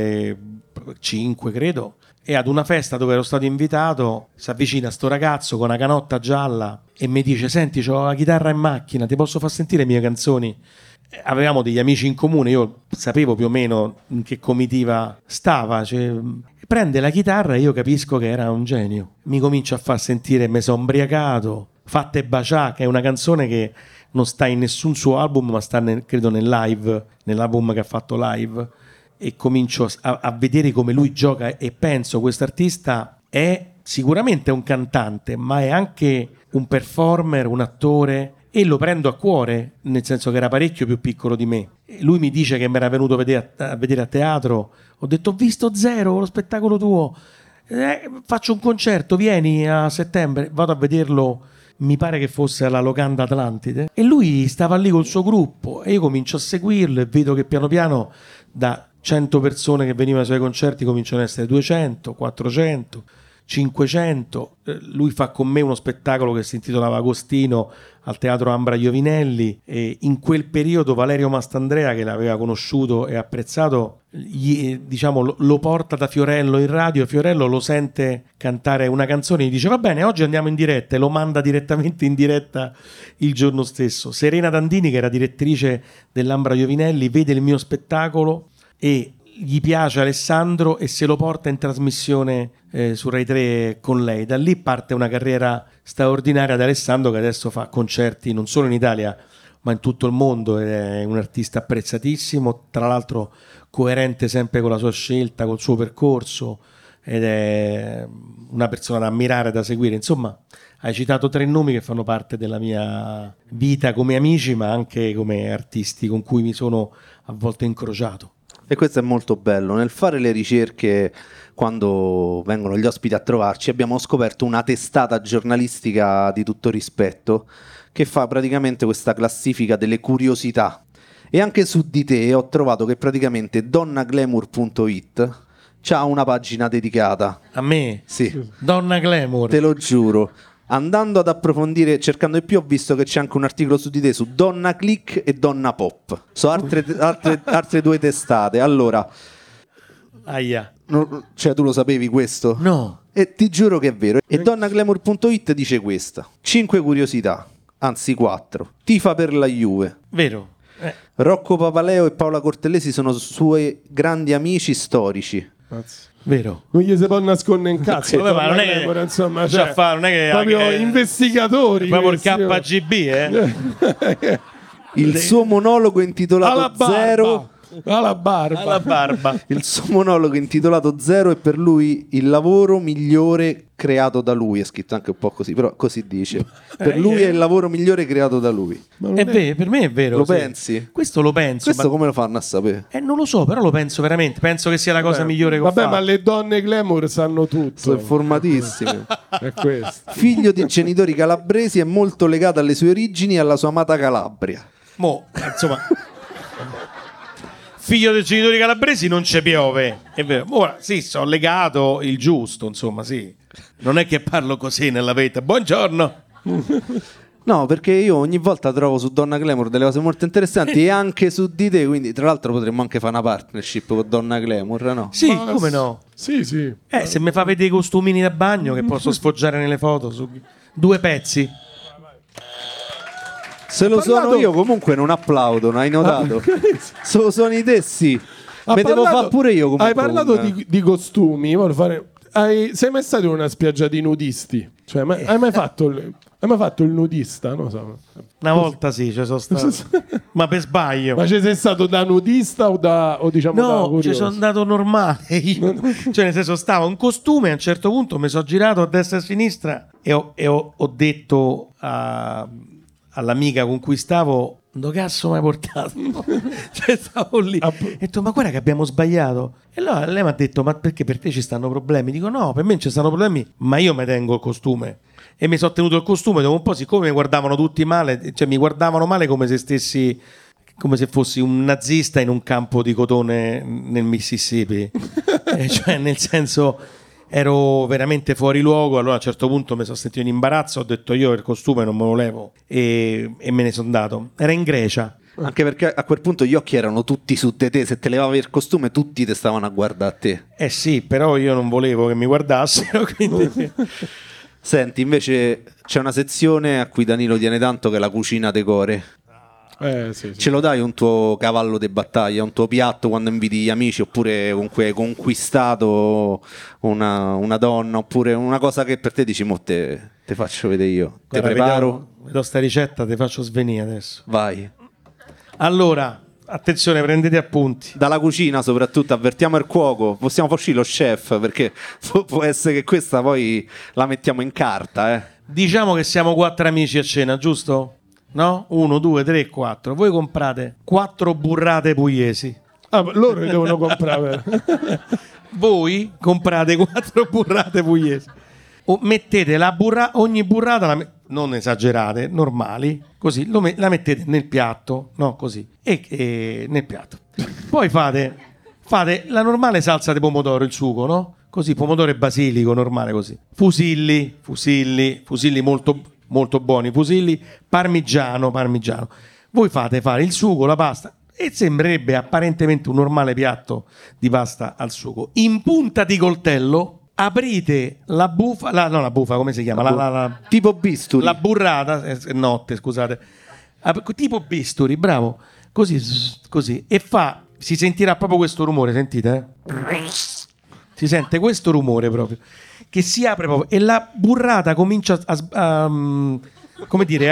C: 2005, credo, e ad una festa dove ero stato invitato si avvicina sto ragazzo con una canotta gialla e mi dice: senti, c'ho la chitarra in macchina, ti posso far sentire le mie canzoni? Avevamo degli amici in comune, io sapevo più o meno in che comitiva stava, cioè, prende la chitarra e io capisco che era un genio, mi comincia a far sentire Me son ubriacato, Fatte bacià, che è una canzone che non sta in nessun suo album, ma sta credo nel live, nell'album che ha fatto live, e comincio a vedere come lui gioca e penso quest'artista è sicuramente un cantante, ma è anche un performer, un attore, e lo prendo a cuore, nel senso che era parecchio più piccolo di me. Lui mi dice che mi era venuto a vedere a teatro, ho detto: ho visto Zero, lo spettacolo tuo, faccio un concerto, vieni a settembre. Vado a vederlo, mi pare che fosse alla Locanda Atlantide, e lui stava lì col suo gruppo e io comincio a seguirlo e vedo che piano piano da 100 persone che venivano ai suoi concerti cominciano ad essere 200, 400, 500. Lui fa con me uno spettacolo che si intitolava Agostino al Teatro Ambra Iovinelli, e in quel periodo Valerio Mastandrea, che l'aveva conosciuto e apprezzato, diciamo, lo porta da Fiorello in radio. Fiorello lo sente cantare una canzone e gli dice: va bene, oggi andiamo in diretta, e lo manda direttamente in diretta il giorno stesso. Serena Dandini, che era direttrice dell'Ambra Iovinelli, vede il mio spettacolo e gli piace Alessandro e se lo porta in trasmissione su Rai 3 con lei. Da lì parte una carriera straordinaria di Alessandro, che adesso fa concerti non solo in Italia ma in tutto il mondo, ed è un artista apprezzatissimo, tra l'altro coerente sempre con la sua scelta, col suo percorso, ed è una persona da ammirare, da seguire. Insomma, hai citato 3 nomi che fanno parte della mia vita come amici, ma anche come artisti con cui mi sono a volte incrociato.
B: E questo è molto bello. Nel fare le ricerche, quando vengono gli ospiti a trovarci, abbiamo scoperto una testata giornalistica di tutto rispetto che fa praticamente questa classifica delle curiosità. E anche su di te ho trovato che praticamente donnaglamour.it c'ha una pagina dedicata.
C: A me?
B: Sì.
C: Donna Glamour.
B: Te lo giuro. Andando ad approfondire, cercando di più, ho visto che c'è anche un articolo su di te su Donna Click e Donna Pop. Sono altre 2 testate. Allora,
C: Aia.
B: cioè, tu lo sapevi questo?
C: No.
B: E ti giuro che è vero. E donnaglamour.it dice questa: 5 curiosità, anzi 4. Tifa per la Juve.
C: Vero.
B: Rocco Papaleo e Paola Cortellesi sono suoi grandi amici storici.
C: Vero.
A: Non gli si può nascondere in cazzo.
C: Vabbè, ma non è
A: Glamour, insomma,
C: cioè, non è che
A: proprio
C: anche
A: investigatori.
C: proprio il
A: questi,
C: KGB,
B: Il suo monologo intitolato
A: alla barba.
B: Zero.
A: Alla barba.
C: alla barba.
B: Il suo monologo intitolato Zero è per lui il lavoro migliore creato da lui. È scritto anche un po' così, però così dice. Per lui è il lavoro migliore creato da lui.
A: Ma
C: È vero, per me è vero.
B: Lo
C: sì.
B: pensi?
C: Questo lo penso.
B: Questo
C: ma...
B: come lo fanno a sapere?
C: non lo so, però lo penso veramente. Penso che sia la cosa migliore che ho
A: Vabbè,
C: fatto.
A: ma le donne glamour sanno tutto.
B: Sono informatissime.
A: È questo.
B: Figlio di genitori calabresi, è molto legato alle sue origini e alla sua amata Calabria.
C: Insomma, figlio dei genitori calabresi, non ci piove. È vero. Ora, sì, sono legato il giusto, insomma, sì. Non è che parlo così nella vita. Buongiorno.
B: No, perché io ogni volta trovo su Donna Glamour delle cose molto interessanti e anche su di te, quindi tra l'altro potremmo anche fare una partnership con Donna Glamour, no?
C: Sì,
A: Ma
C: come no?
A: Sì, sì.
C: Se mi fa vedere i costumini da bagno che posso sfoggiare nelle foto su 2 pezzi.
B: Se lo sono io comunque non applaudono, hai notato? Se lo sono te sì. Me devo fare pure io comunque.
A: Hai parlato di costumi, voglio fare... sei mai stato in una spiaggia di nudisti? Cioè, hai mai fatto il nudista? Non so.
C: Una volta sì, ci sono stato. Ma per sbaglio.
A: Ma ci sei stato da nudista o diciamo da
C: No,
A: curioso?
C: ci sono andato normale io. Cioè, nel senso, stavo in costume, a un certo punto mi sono girato a destra e a sinistra e ho detto all'amica con cui stavo: dove cazzo mi hai portato? Cioè, stavo lì. Ho detto: ma guarda che abbiamo sbagliato. E allora lei mi ha detto: ma perché per te ci stanno problemi? Dico: no, per me non ci stanno problemi, ma io mi tengo il costume. E mi sono tenuto il costume. Dopo un po', siccome mi guardavano tutti male, cioè mi guardavano male come se fossi un nazista in un campo di cotone nel Mississippi. Cioè, nel senso, ero veramente fuori luogo. Allora a un certo punto mi sono sentito in imbarazzo, ho detto: io il costume non me lo levo, e me ne sono andato. Era in Grecia.
B: Anche perché a quel punto gli occhi erano tutti su te, se te levavi il costume tutti te stavano a guardare a te.
C: Eh sì, però io non volevo che mi guardassero, quindi...
B: Senti, invece c'è una sezione a cui Danilo tiene tanto, che è la cucina decore.
A: Sì.
B: Ce lo dai un tuo cavallo di battaglia, un tuo piatto quando inviti gli amici, oppure comunque hai conquistato una donna, oppure una cosa che per te dici, mo te faccio vedere io, te
C: Guarda,
B: preparo,
C: vedo sta ricetta, ti faccio svenire adesso.
B: vai.
C: Allora, attenzione, prendete appunti.
B: Dalla cucina soprattutto avvertiamo il cuoco, possiamo far uscire lo chef, perché può essere che questa poi la mettiamo in carta,
C: Diciamo che siamo 4 amici a cena, giusto? No? 1, 2, 3, 4. Voi comprate 4 burrate pugliesi.
A: Loro li devono comprare.
C: Voi comprate 4 burrate pugliesi. O mettete ogni burrata, non esagerate, normali, così la mettete nel piatto, no? Così, e nel piatto. Poi fate la normale salsa di pomodoro, il sugo, no? Così, pomodoro e basilico, normale così. Fusilli molto, molto buoni, fusilli, parmigiano. Voi fate fare il sugo, la pasta, e sembrerebbe apparentemente un normale piatto di pasta al sugo. In punta di coltello aprite la bufa, come si chiama?
B: tipo bisturi.
C: La burrata, notte, scusate. Tipo bisturi, bravo. Così, e si sentirà proprio questo rumore, sentite? Si sente questo rumore proprio, che si apre proprio, e la burrata comincia come dire,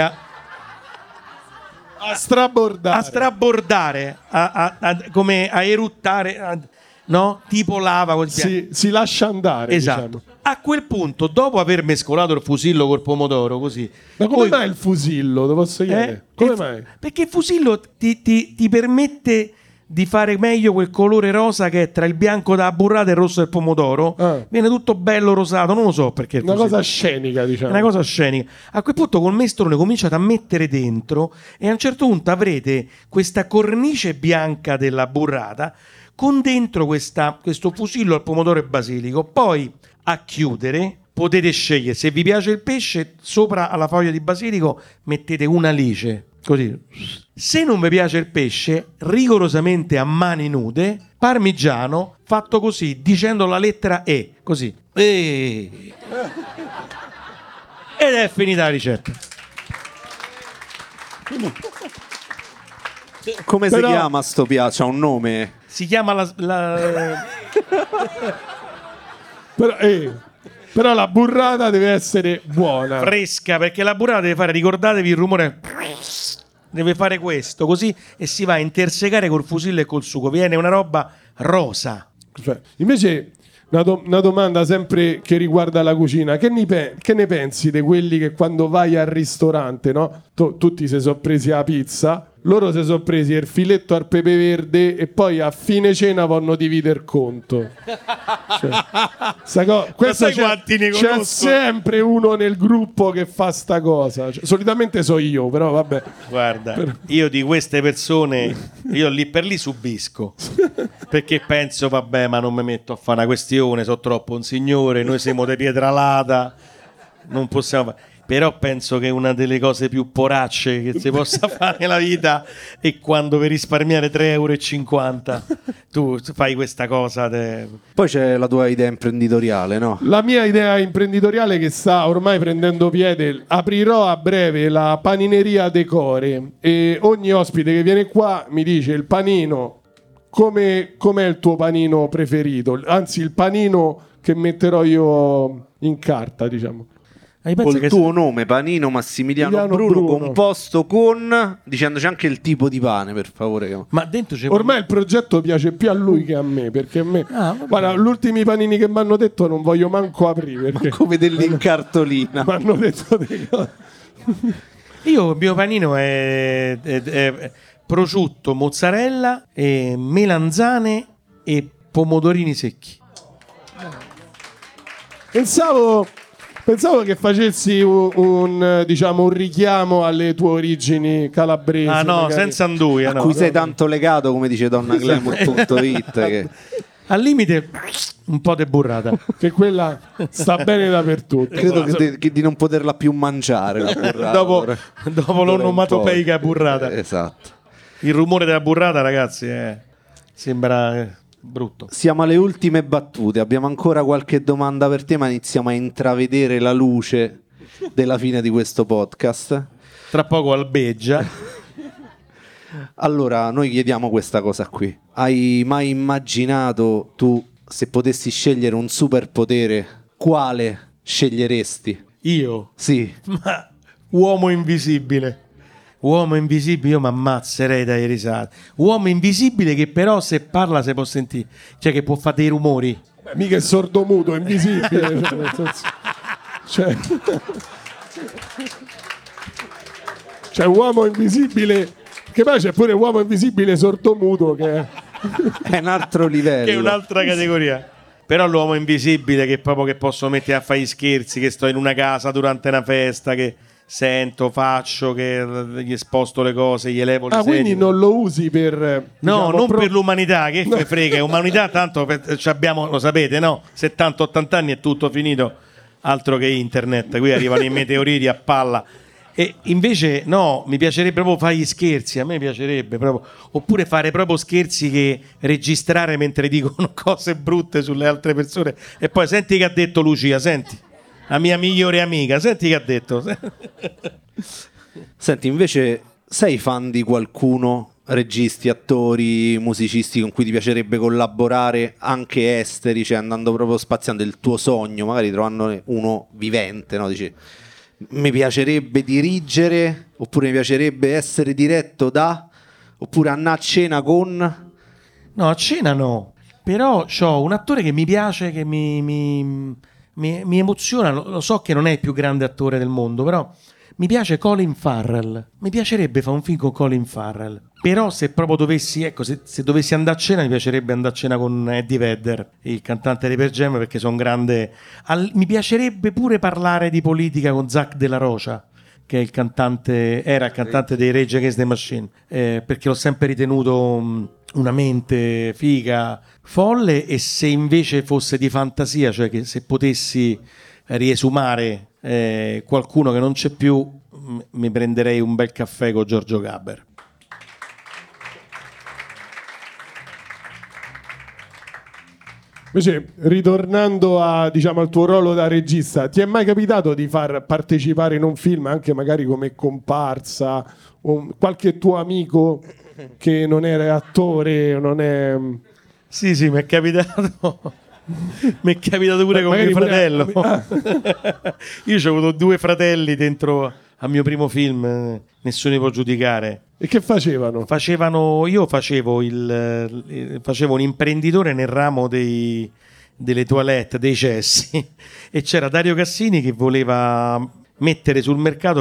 A: A strabordare.
C: come a eruttare, no? Tipo lava, così.
A: Si lascia andare.
C: Esatto.
A: Diciamo.
C: A quel punto, dopo aver mescolato il fusillo col pomodoro, così.
A: Ma come mai il fusillo? Te posso chiedere? Come mai?
C: Perché il fusillo ti permette di fare meglio quel colore rosa che è tra il bianco della burrata e il rosso del pomodoro. Viene tutto bello rosato, non lo so perché.
A: Una cosa scenica, diciamo.
C: Una cosa scenica. A quel punto col mestolone cominciate a mettere dentro, e a un certo punto avrete questa cornice bianca della burrata con dentro questo fusillo al pomodoro e basilico. Poi, a chiudere, potete scegliere, se vi piace il pesce, sopra alla foglia di basilico mettete una alice, così. Se non vi piace il pesce, rigorosamente a mani nude, parmigiano fatto così, dicendo la lettera E, così. Ed è finita la ricetta.
B: Come si chiama sto piatto? C'ha un nome?
C: Si chiama
A: Però la burrata deve essere buona.
C: fresca, perché la burrata deve fare, ricordatevi il rumore, deve fare questo così, e si va a intersecare col fusillo e col sugo, viene una roba rosa.
A: Invece una domanda sempre che riguarda la cucina: che ne pensi di quelli che quando vai al ristorante, no? Tutti si sono presi la pizza, loro si sono presi il filetto al pepe verde e poi a fine cena vanno a dividere conto. Questo
C: sai quanti ne
A: c'è
C: conosco?
A: sempre uno nel gruppo che fa sta cosa. Solitamente so io, però vabbè.
C: Guarda, io di queste persone, io lì per lì subisco, perché penso, vabbè, ma non mi metto a fare una questione, so troppo un signore, noi siamo di Pietralata, non possiamo fare. Però penso che una delle cose più poracce che si possa fare nella vita è quando per risparmiare 3,50 € tu fai questa cosa.
B: Poi c'è la tua idea imprenditoriale, no?
A: La mia idea imprenditoriale, che sta ormai prendendo piede: aprirò a breve la panineria Decore, e ogni ospite che viene qua mi dice il panino, com'è il tuo panino preferito, anzi il panino che metterò io in carta, diciamo.
B: Col tuo nome, Panino Massimiliano Bruno, composto con, dicendoci anche il tipo di pane, per favore.
C: Ma dentro c'è
A: ormai il progetto piace più a lui che a me, perché a me guarda, gli ultimi panini che mi hanno detto non voglio manco aprire, perché
B: come vederli in cartolina.
A: mi hanno detto delle cose.
C: Io il mio panino è prosciutto, mozzarella, e melanzane e pomodorini secchi.
A: Pensavo che facessi un richiamo alle tue origini calabresi.
C: Ah no,
A: magari.
C: senza anduia,
B: a cui sei tanto legato, come dice donnaglamour.it, che...
C: Al limite un po' de burrata.
A: Che quella sta bene dappertutto.
B: Credo che di non poterla più mangiare la burrata.
C: dopo l'onomatopeica burrata.
B: Esatto.
C: Il rumore della burrata, ragazzi, sembra brutto.
B: Siamo alle ultime battute, abbiamo ancora qualche domanda per te, ma iniziamo a intravedere la luce della fine di questo podcast.
C: Tra poco albeggia.
B: Allora, noi chiediamo questa cosa qui. Hai mai immaginato tu, se potessi scegliere un superpotere, quale sceglieresti?
C: Io?
B: Sì.
C: Ma uomo invisibile. Uomo invisibile, io mi ammazzerei dai risate. Uomo invisibile che però se parla si può sentire, cioè che può fare dei rumori.
A: Mica è sordomuto, è invisibile. Cioè, nel senso, cioè, uomo invisibile, che poi c'è pure uomo invisibile sordomuto che
B: È un altro livello.
C: Che è un'altra categoria. Però l'uomo invisibile che proprio che posso mettere a fare gli scherzi, che sto in una casa durante una festa, che sento, faccio, che gli sposto le cose, gli elevo le sedie.
A: quindi non lo usi per
C: No,
A: diciamo,
C: non per l'umanità, che frega, umanità tanto abbiamo, lo sapete, no? 70-80 anni è tutto finito, altro che internet, qui arrivano i meteoriti a palla. E invece no, mi piacerebbe proprio fare gli scherzi, a me piacerebbe proprio, oppure fare proprio scherzi che registrare mentre dicono cose brutte sulle altre persone e poi senti che ha detto Lucia, senti, la mia migliore amica, senti che ha detto.
B: Senti, invece, sei fan di qualcuno, registi, attori, musicisti con cui ti piacerebbe collaborare, anche esteri, cioè andando proprio spaziando il tuo sogno, magari trovando uno vivente, no? Dici, mi piacerebbe dirigere, oppure mi piacerebbe essere diretto da, oppure andare a cena con...
C: No, a cena no, però c'ho un attore che mi piace, che mi emoziona, lo so che non è il più grande attore del mondo, però mi piace Colin Farrell, mi piacerebbe fare un film con Colin Farrell, però se proprio dovessi, ecco, se dovessi andare a cena mi piacerebbe andare a cena con Eddie Vedder, il cantante dei Pearl Jam, perché sono grande. Mi piacerebbe pure parlare di politica con Zach Della Rocha, che è il cantante, era il cantante dei Rage Against the Machine, perché l'ho sempre ritenuto una mente figa, folle, e se invece fosse di fantasia, cioè che se potessi riesumare qualcuno che non c'è più, mi prenderei un bel caffè con Giorgio Gaber.
A: Invece, ritornando diciamo, al tuo ruolo da regista, ti è mai capitato di far partecipare in un film, anche magari come comparsa, qualche tuo amico che non era attore, non è...
C: Sì, mi è capitato. Mi è capitato pure con mio fratello. Io ho avuto 2 fratelli dentro al mio primo film, nessuno li può giudicare.
A: E che facevano?
C: Io facevo un imprenditore nel ramo delle toilette, dei cessi, e c'era Dario Cassini che voleva mettere sul mercato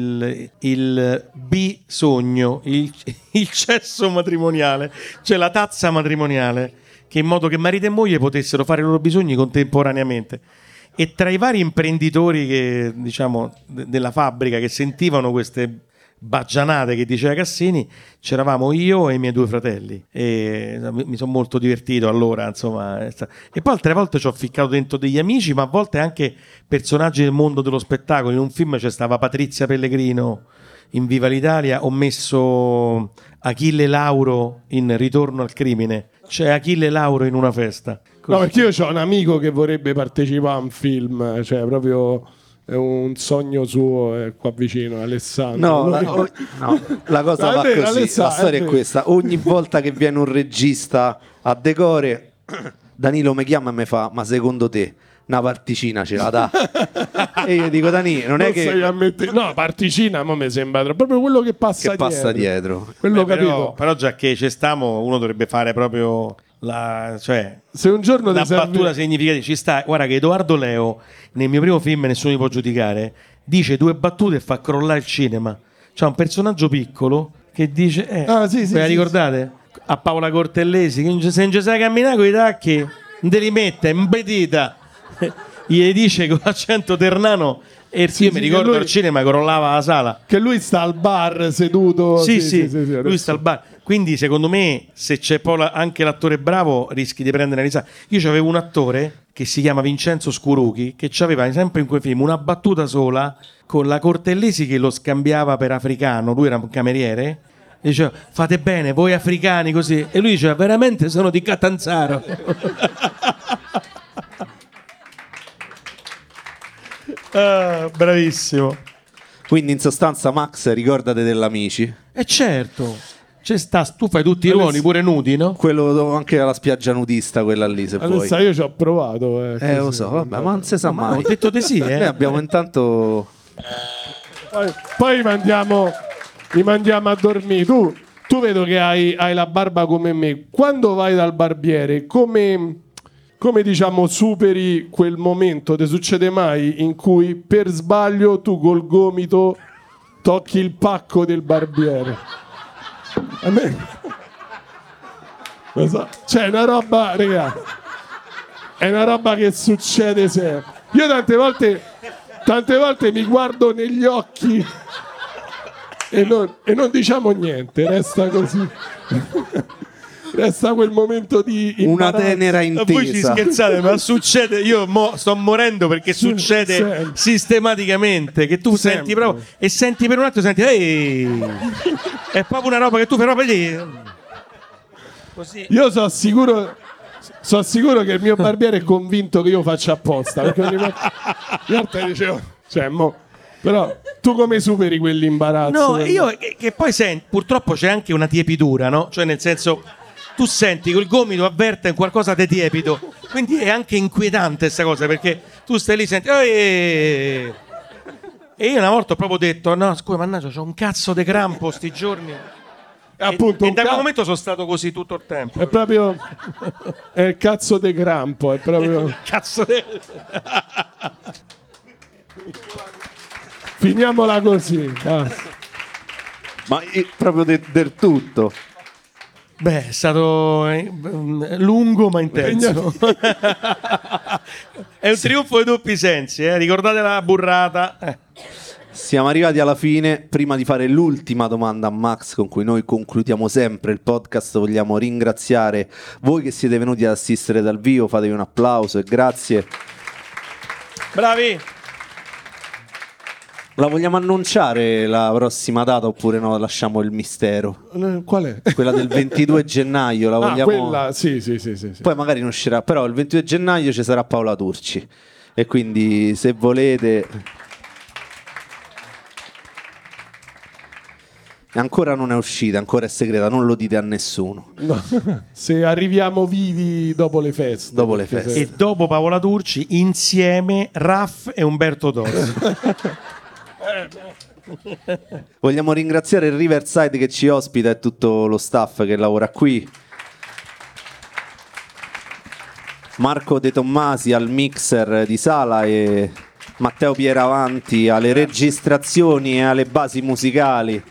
C: il bisogno, il cesso matrimoniale, cioè la tazza matrimoniale, che in modo che marito e moglie potessero fare i loro bisogni contemporaneamente. E tra i vari imprenditori che, diciamo, della fabbrica che sentivano queste baggianate che diceva Cassini, c'eravamo io e i miei 2 fratelli, e mi sono molto divertito allora, insomma. E poi altre volte ci ho ficcato dentro degli amici, ma a volte anche personaggi del mondo dello spettacolo. In un film c'è stava Patrizia Pellegrino in Viva l'Italia, ho messo Achille Lauro in Ritorno al crimine, c'è Achille Lauro in una festa.
A: No, perché io ho un amico che vorrebbe partecipare a un film, cioè proprio è un sogno suo, è qua vicino, Alessandro.
B: La cosa va così, la storia è questa: ogni volta che viene un regista a Decore, Danilo mi chiama e mi fa: ma secondo te una particina ce la dà? E io dico: Dani, non è che
A: no, particina mo mi sembra proprio quello che passa
B: dietro.
A: Quello capito.
C: Però già che ci stiamo, uno dovrebbe fare proprio cioè,
A: se un giorno
C: la battuta significativa. Ci sta, guarda che Edoardo Leo nel mio primo film Nessuno li può giudicare dice 2 battute e fa crollare il cinema. C'è un personaggio piccolo che dice ve la ricordate? A Paola Cortellesi che se non ci sai camminare con i tacchi non te li mette, imbedita. Gli dice con l'accento ternano, e io mi ricordo lui, al cinema crollava la sala, che
A: lui sta al bar seduto.
C: Sì, lui sta al bar. Quindi secondo me, se c'è poi anche l'attore bravo, rischi di prendere una risata. Io avevo un attore che si chiama Vincenzo Scuruchi, che aveva sempre in quei film una battuta sola con la Cortellesi che lo scambiava per africano, lui era un cameriere, E diceva, fate bene, voi africani così. E lui diceva, veramente sono di Catanzaro. Bravissimo.
B: Quindi in sostanza, Max, ricordate dell'Amici.
C: E certo, tu fai tutti i ruoli pure nudi, no?
B: Quello anche alla spiaggia nudista, quella lì, se vuoi.
A: Adesso io ci ho provato.
B: Lo so, vabbè, ma non si sa mai.
C: Ho detto di sì,
B: Noi abbiamo intanto...
A: Poi li mandiamo a dormire. Tu vedo che hai la barba come me. Quando vai dal barbiere, come diciamo superi quel momento? Ti succede mai in cui per sbaglio tu col gomito tocchi il pacco del barbiere? A me lo so, cioè è una roba, raga, è una roba che succede sempre. Io tante volte mi guardo negli occhi e non diciamo niente, resta così. Resta quel momento di imbarazzo.
B: Una tenera
C: Voi ci
B: intesa.
C: scherzate, ma succede, io sto morendo perché succede
A: sempre.
C: Sistematicamente che tu
A: Sempre.
C: senti proprio e senti per un attimo, senti ehi, è proprio una roba che tu fai proprio lì così.
A: Io sono sicuro che il mio barbiere è convinto che io faccia apposta, perché ogni volta dicevo, cioè, però tu come superi quell'imbarazzo?
C: No, io che poi senti, purtroppo c'è anche una tiepitura, no? Cioè nel senso, tu senti che il gomito avverte qualcosa di tiepido, quindi è anche inquietante questa cosa, perché tu stai lì, senti e io una volta ho proprio detto, no scusa mannaggia, c'ho un cazzo di crampo sti giorni.
A: Appunto,
C: E da quel momento sono stato così tutto il tempo.
A: è proprio è il cazzo de crampo, è proprio
C: Cazzo di...
A: finiamola così. Basta.
B: Ma proprio del tutto.
C: Beh, è stato lungo ma intenso. È un trionfo di doppi sensi, ricordate la burrata.
B: Siamo arrivati alla fine. Prima di fare l'ultima domanda a Max, con cui noi concludiamo sempre il podcast, vogliamo ringraziare voi che siete venuti ad assistere dal vivo. Fatevi un applauso e grazie.
C: Bravi.
B: La vogliamo annunciare la prossima data oppure no? Lasciamo il mistero.
A: Qual è?
B: Quella del 22 gennaio la vogliamo...
A: quella, sì.
B: Poi magari non uscirà, però il 22 gennaio ci sarà Paola Turci e quindi se volete... Ancora non è uscita, ancora è segreta, non lo dite a nessuno.
A: No. Se arriviamo vivi dopo le feste.
B: Dopo le
A: perché
B: feste.
C: E dopo Paola Turci, insieme Raff e Umberto Tozzi.
B: Vogliamo ringraziare il Riverside che ci ospita e tutto lo staff che lavora qui. Marco De Tommasi al mixer di sala e Matteo Pieravanti alle registrazioni e alle basi musicali.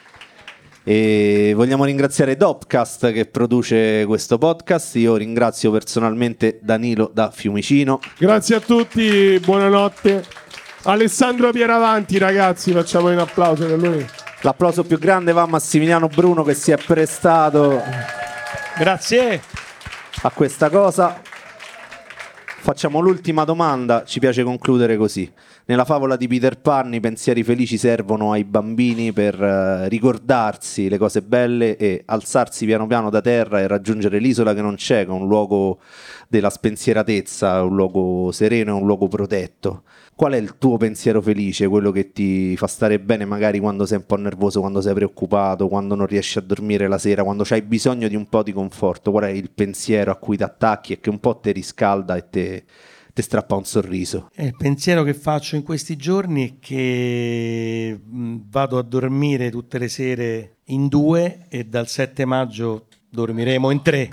B: E vogliamo ringraziare Dopcast che produce questo podcast. Io ringrazio personalmente Danilo da Fiumicino.
A: Grazie a tutti, buonanotte. Alessandro Pieravanti, ragazzi, facciamo un applauso per lui.
B: L'applauso più grande va a Massimiliano Bruno che si è prestato
C: Grazie.
B: a questa cosa. Facciamo l'ultima domanda, ci piace concludere così. Nella favola di Peter Pan i pensieri felici servono ai bambini per ricordarsi le cose belle e alzarsi piano piano da terra e raggiungere l'isola che non c'è, che è un luogo della spensieratezza, un luogo sereno e un luogo protetto. Qual è il tuo pensiero felice, quello che ti fa stare bene magari quando sei un po' nervoso, quando sei preoccupato, quando non riesci a dormire la sera, quando hai bisogno di un po' di conforto? Qual è il pensiero a cui ti attacchi e che un po' ti riscalda e te strappa un sorriso?
C: Il pensiero che faccio in questi giorni è che vado a dormire tutte le sere in 2 e dal 7 maggio dormiremo in 3.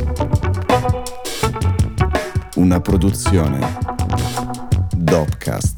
D: Una produzione Dopcast.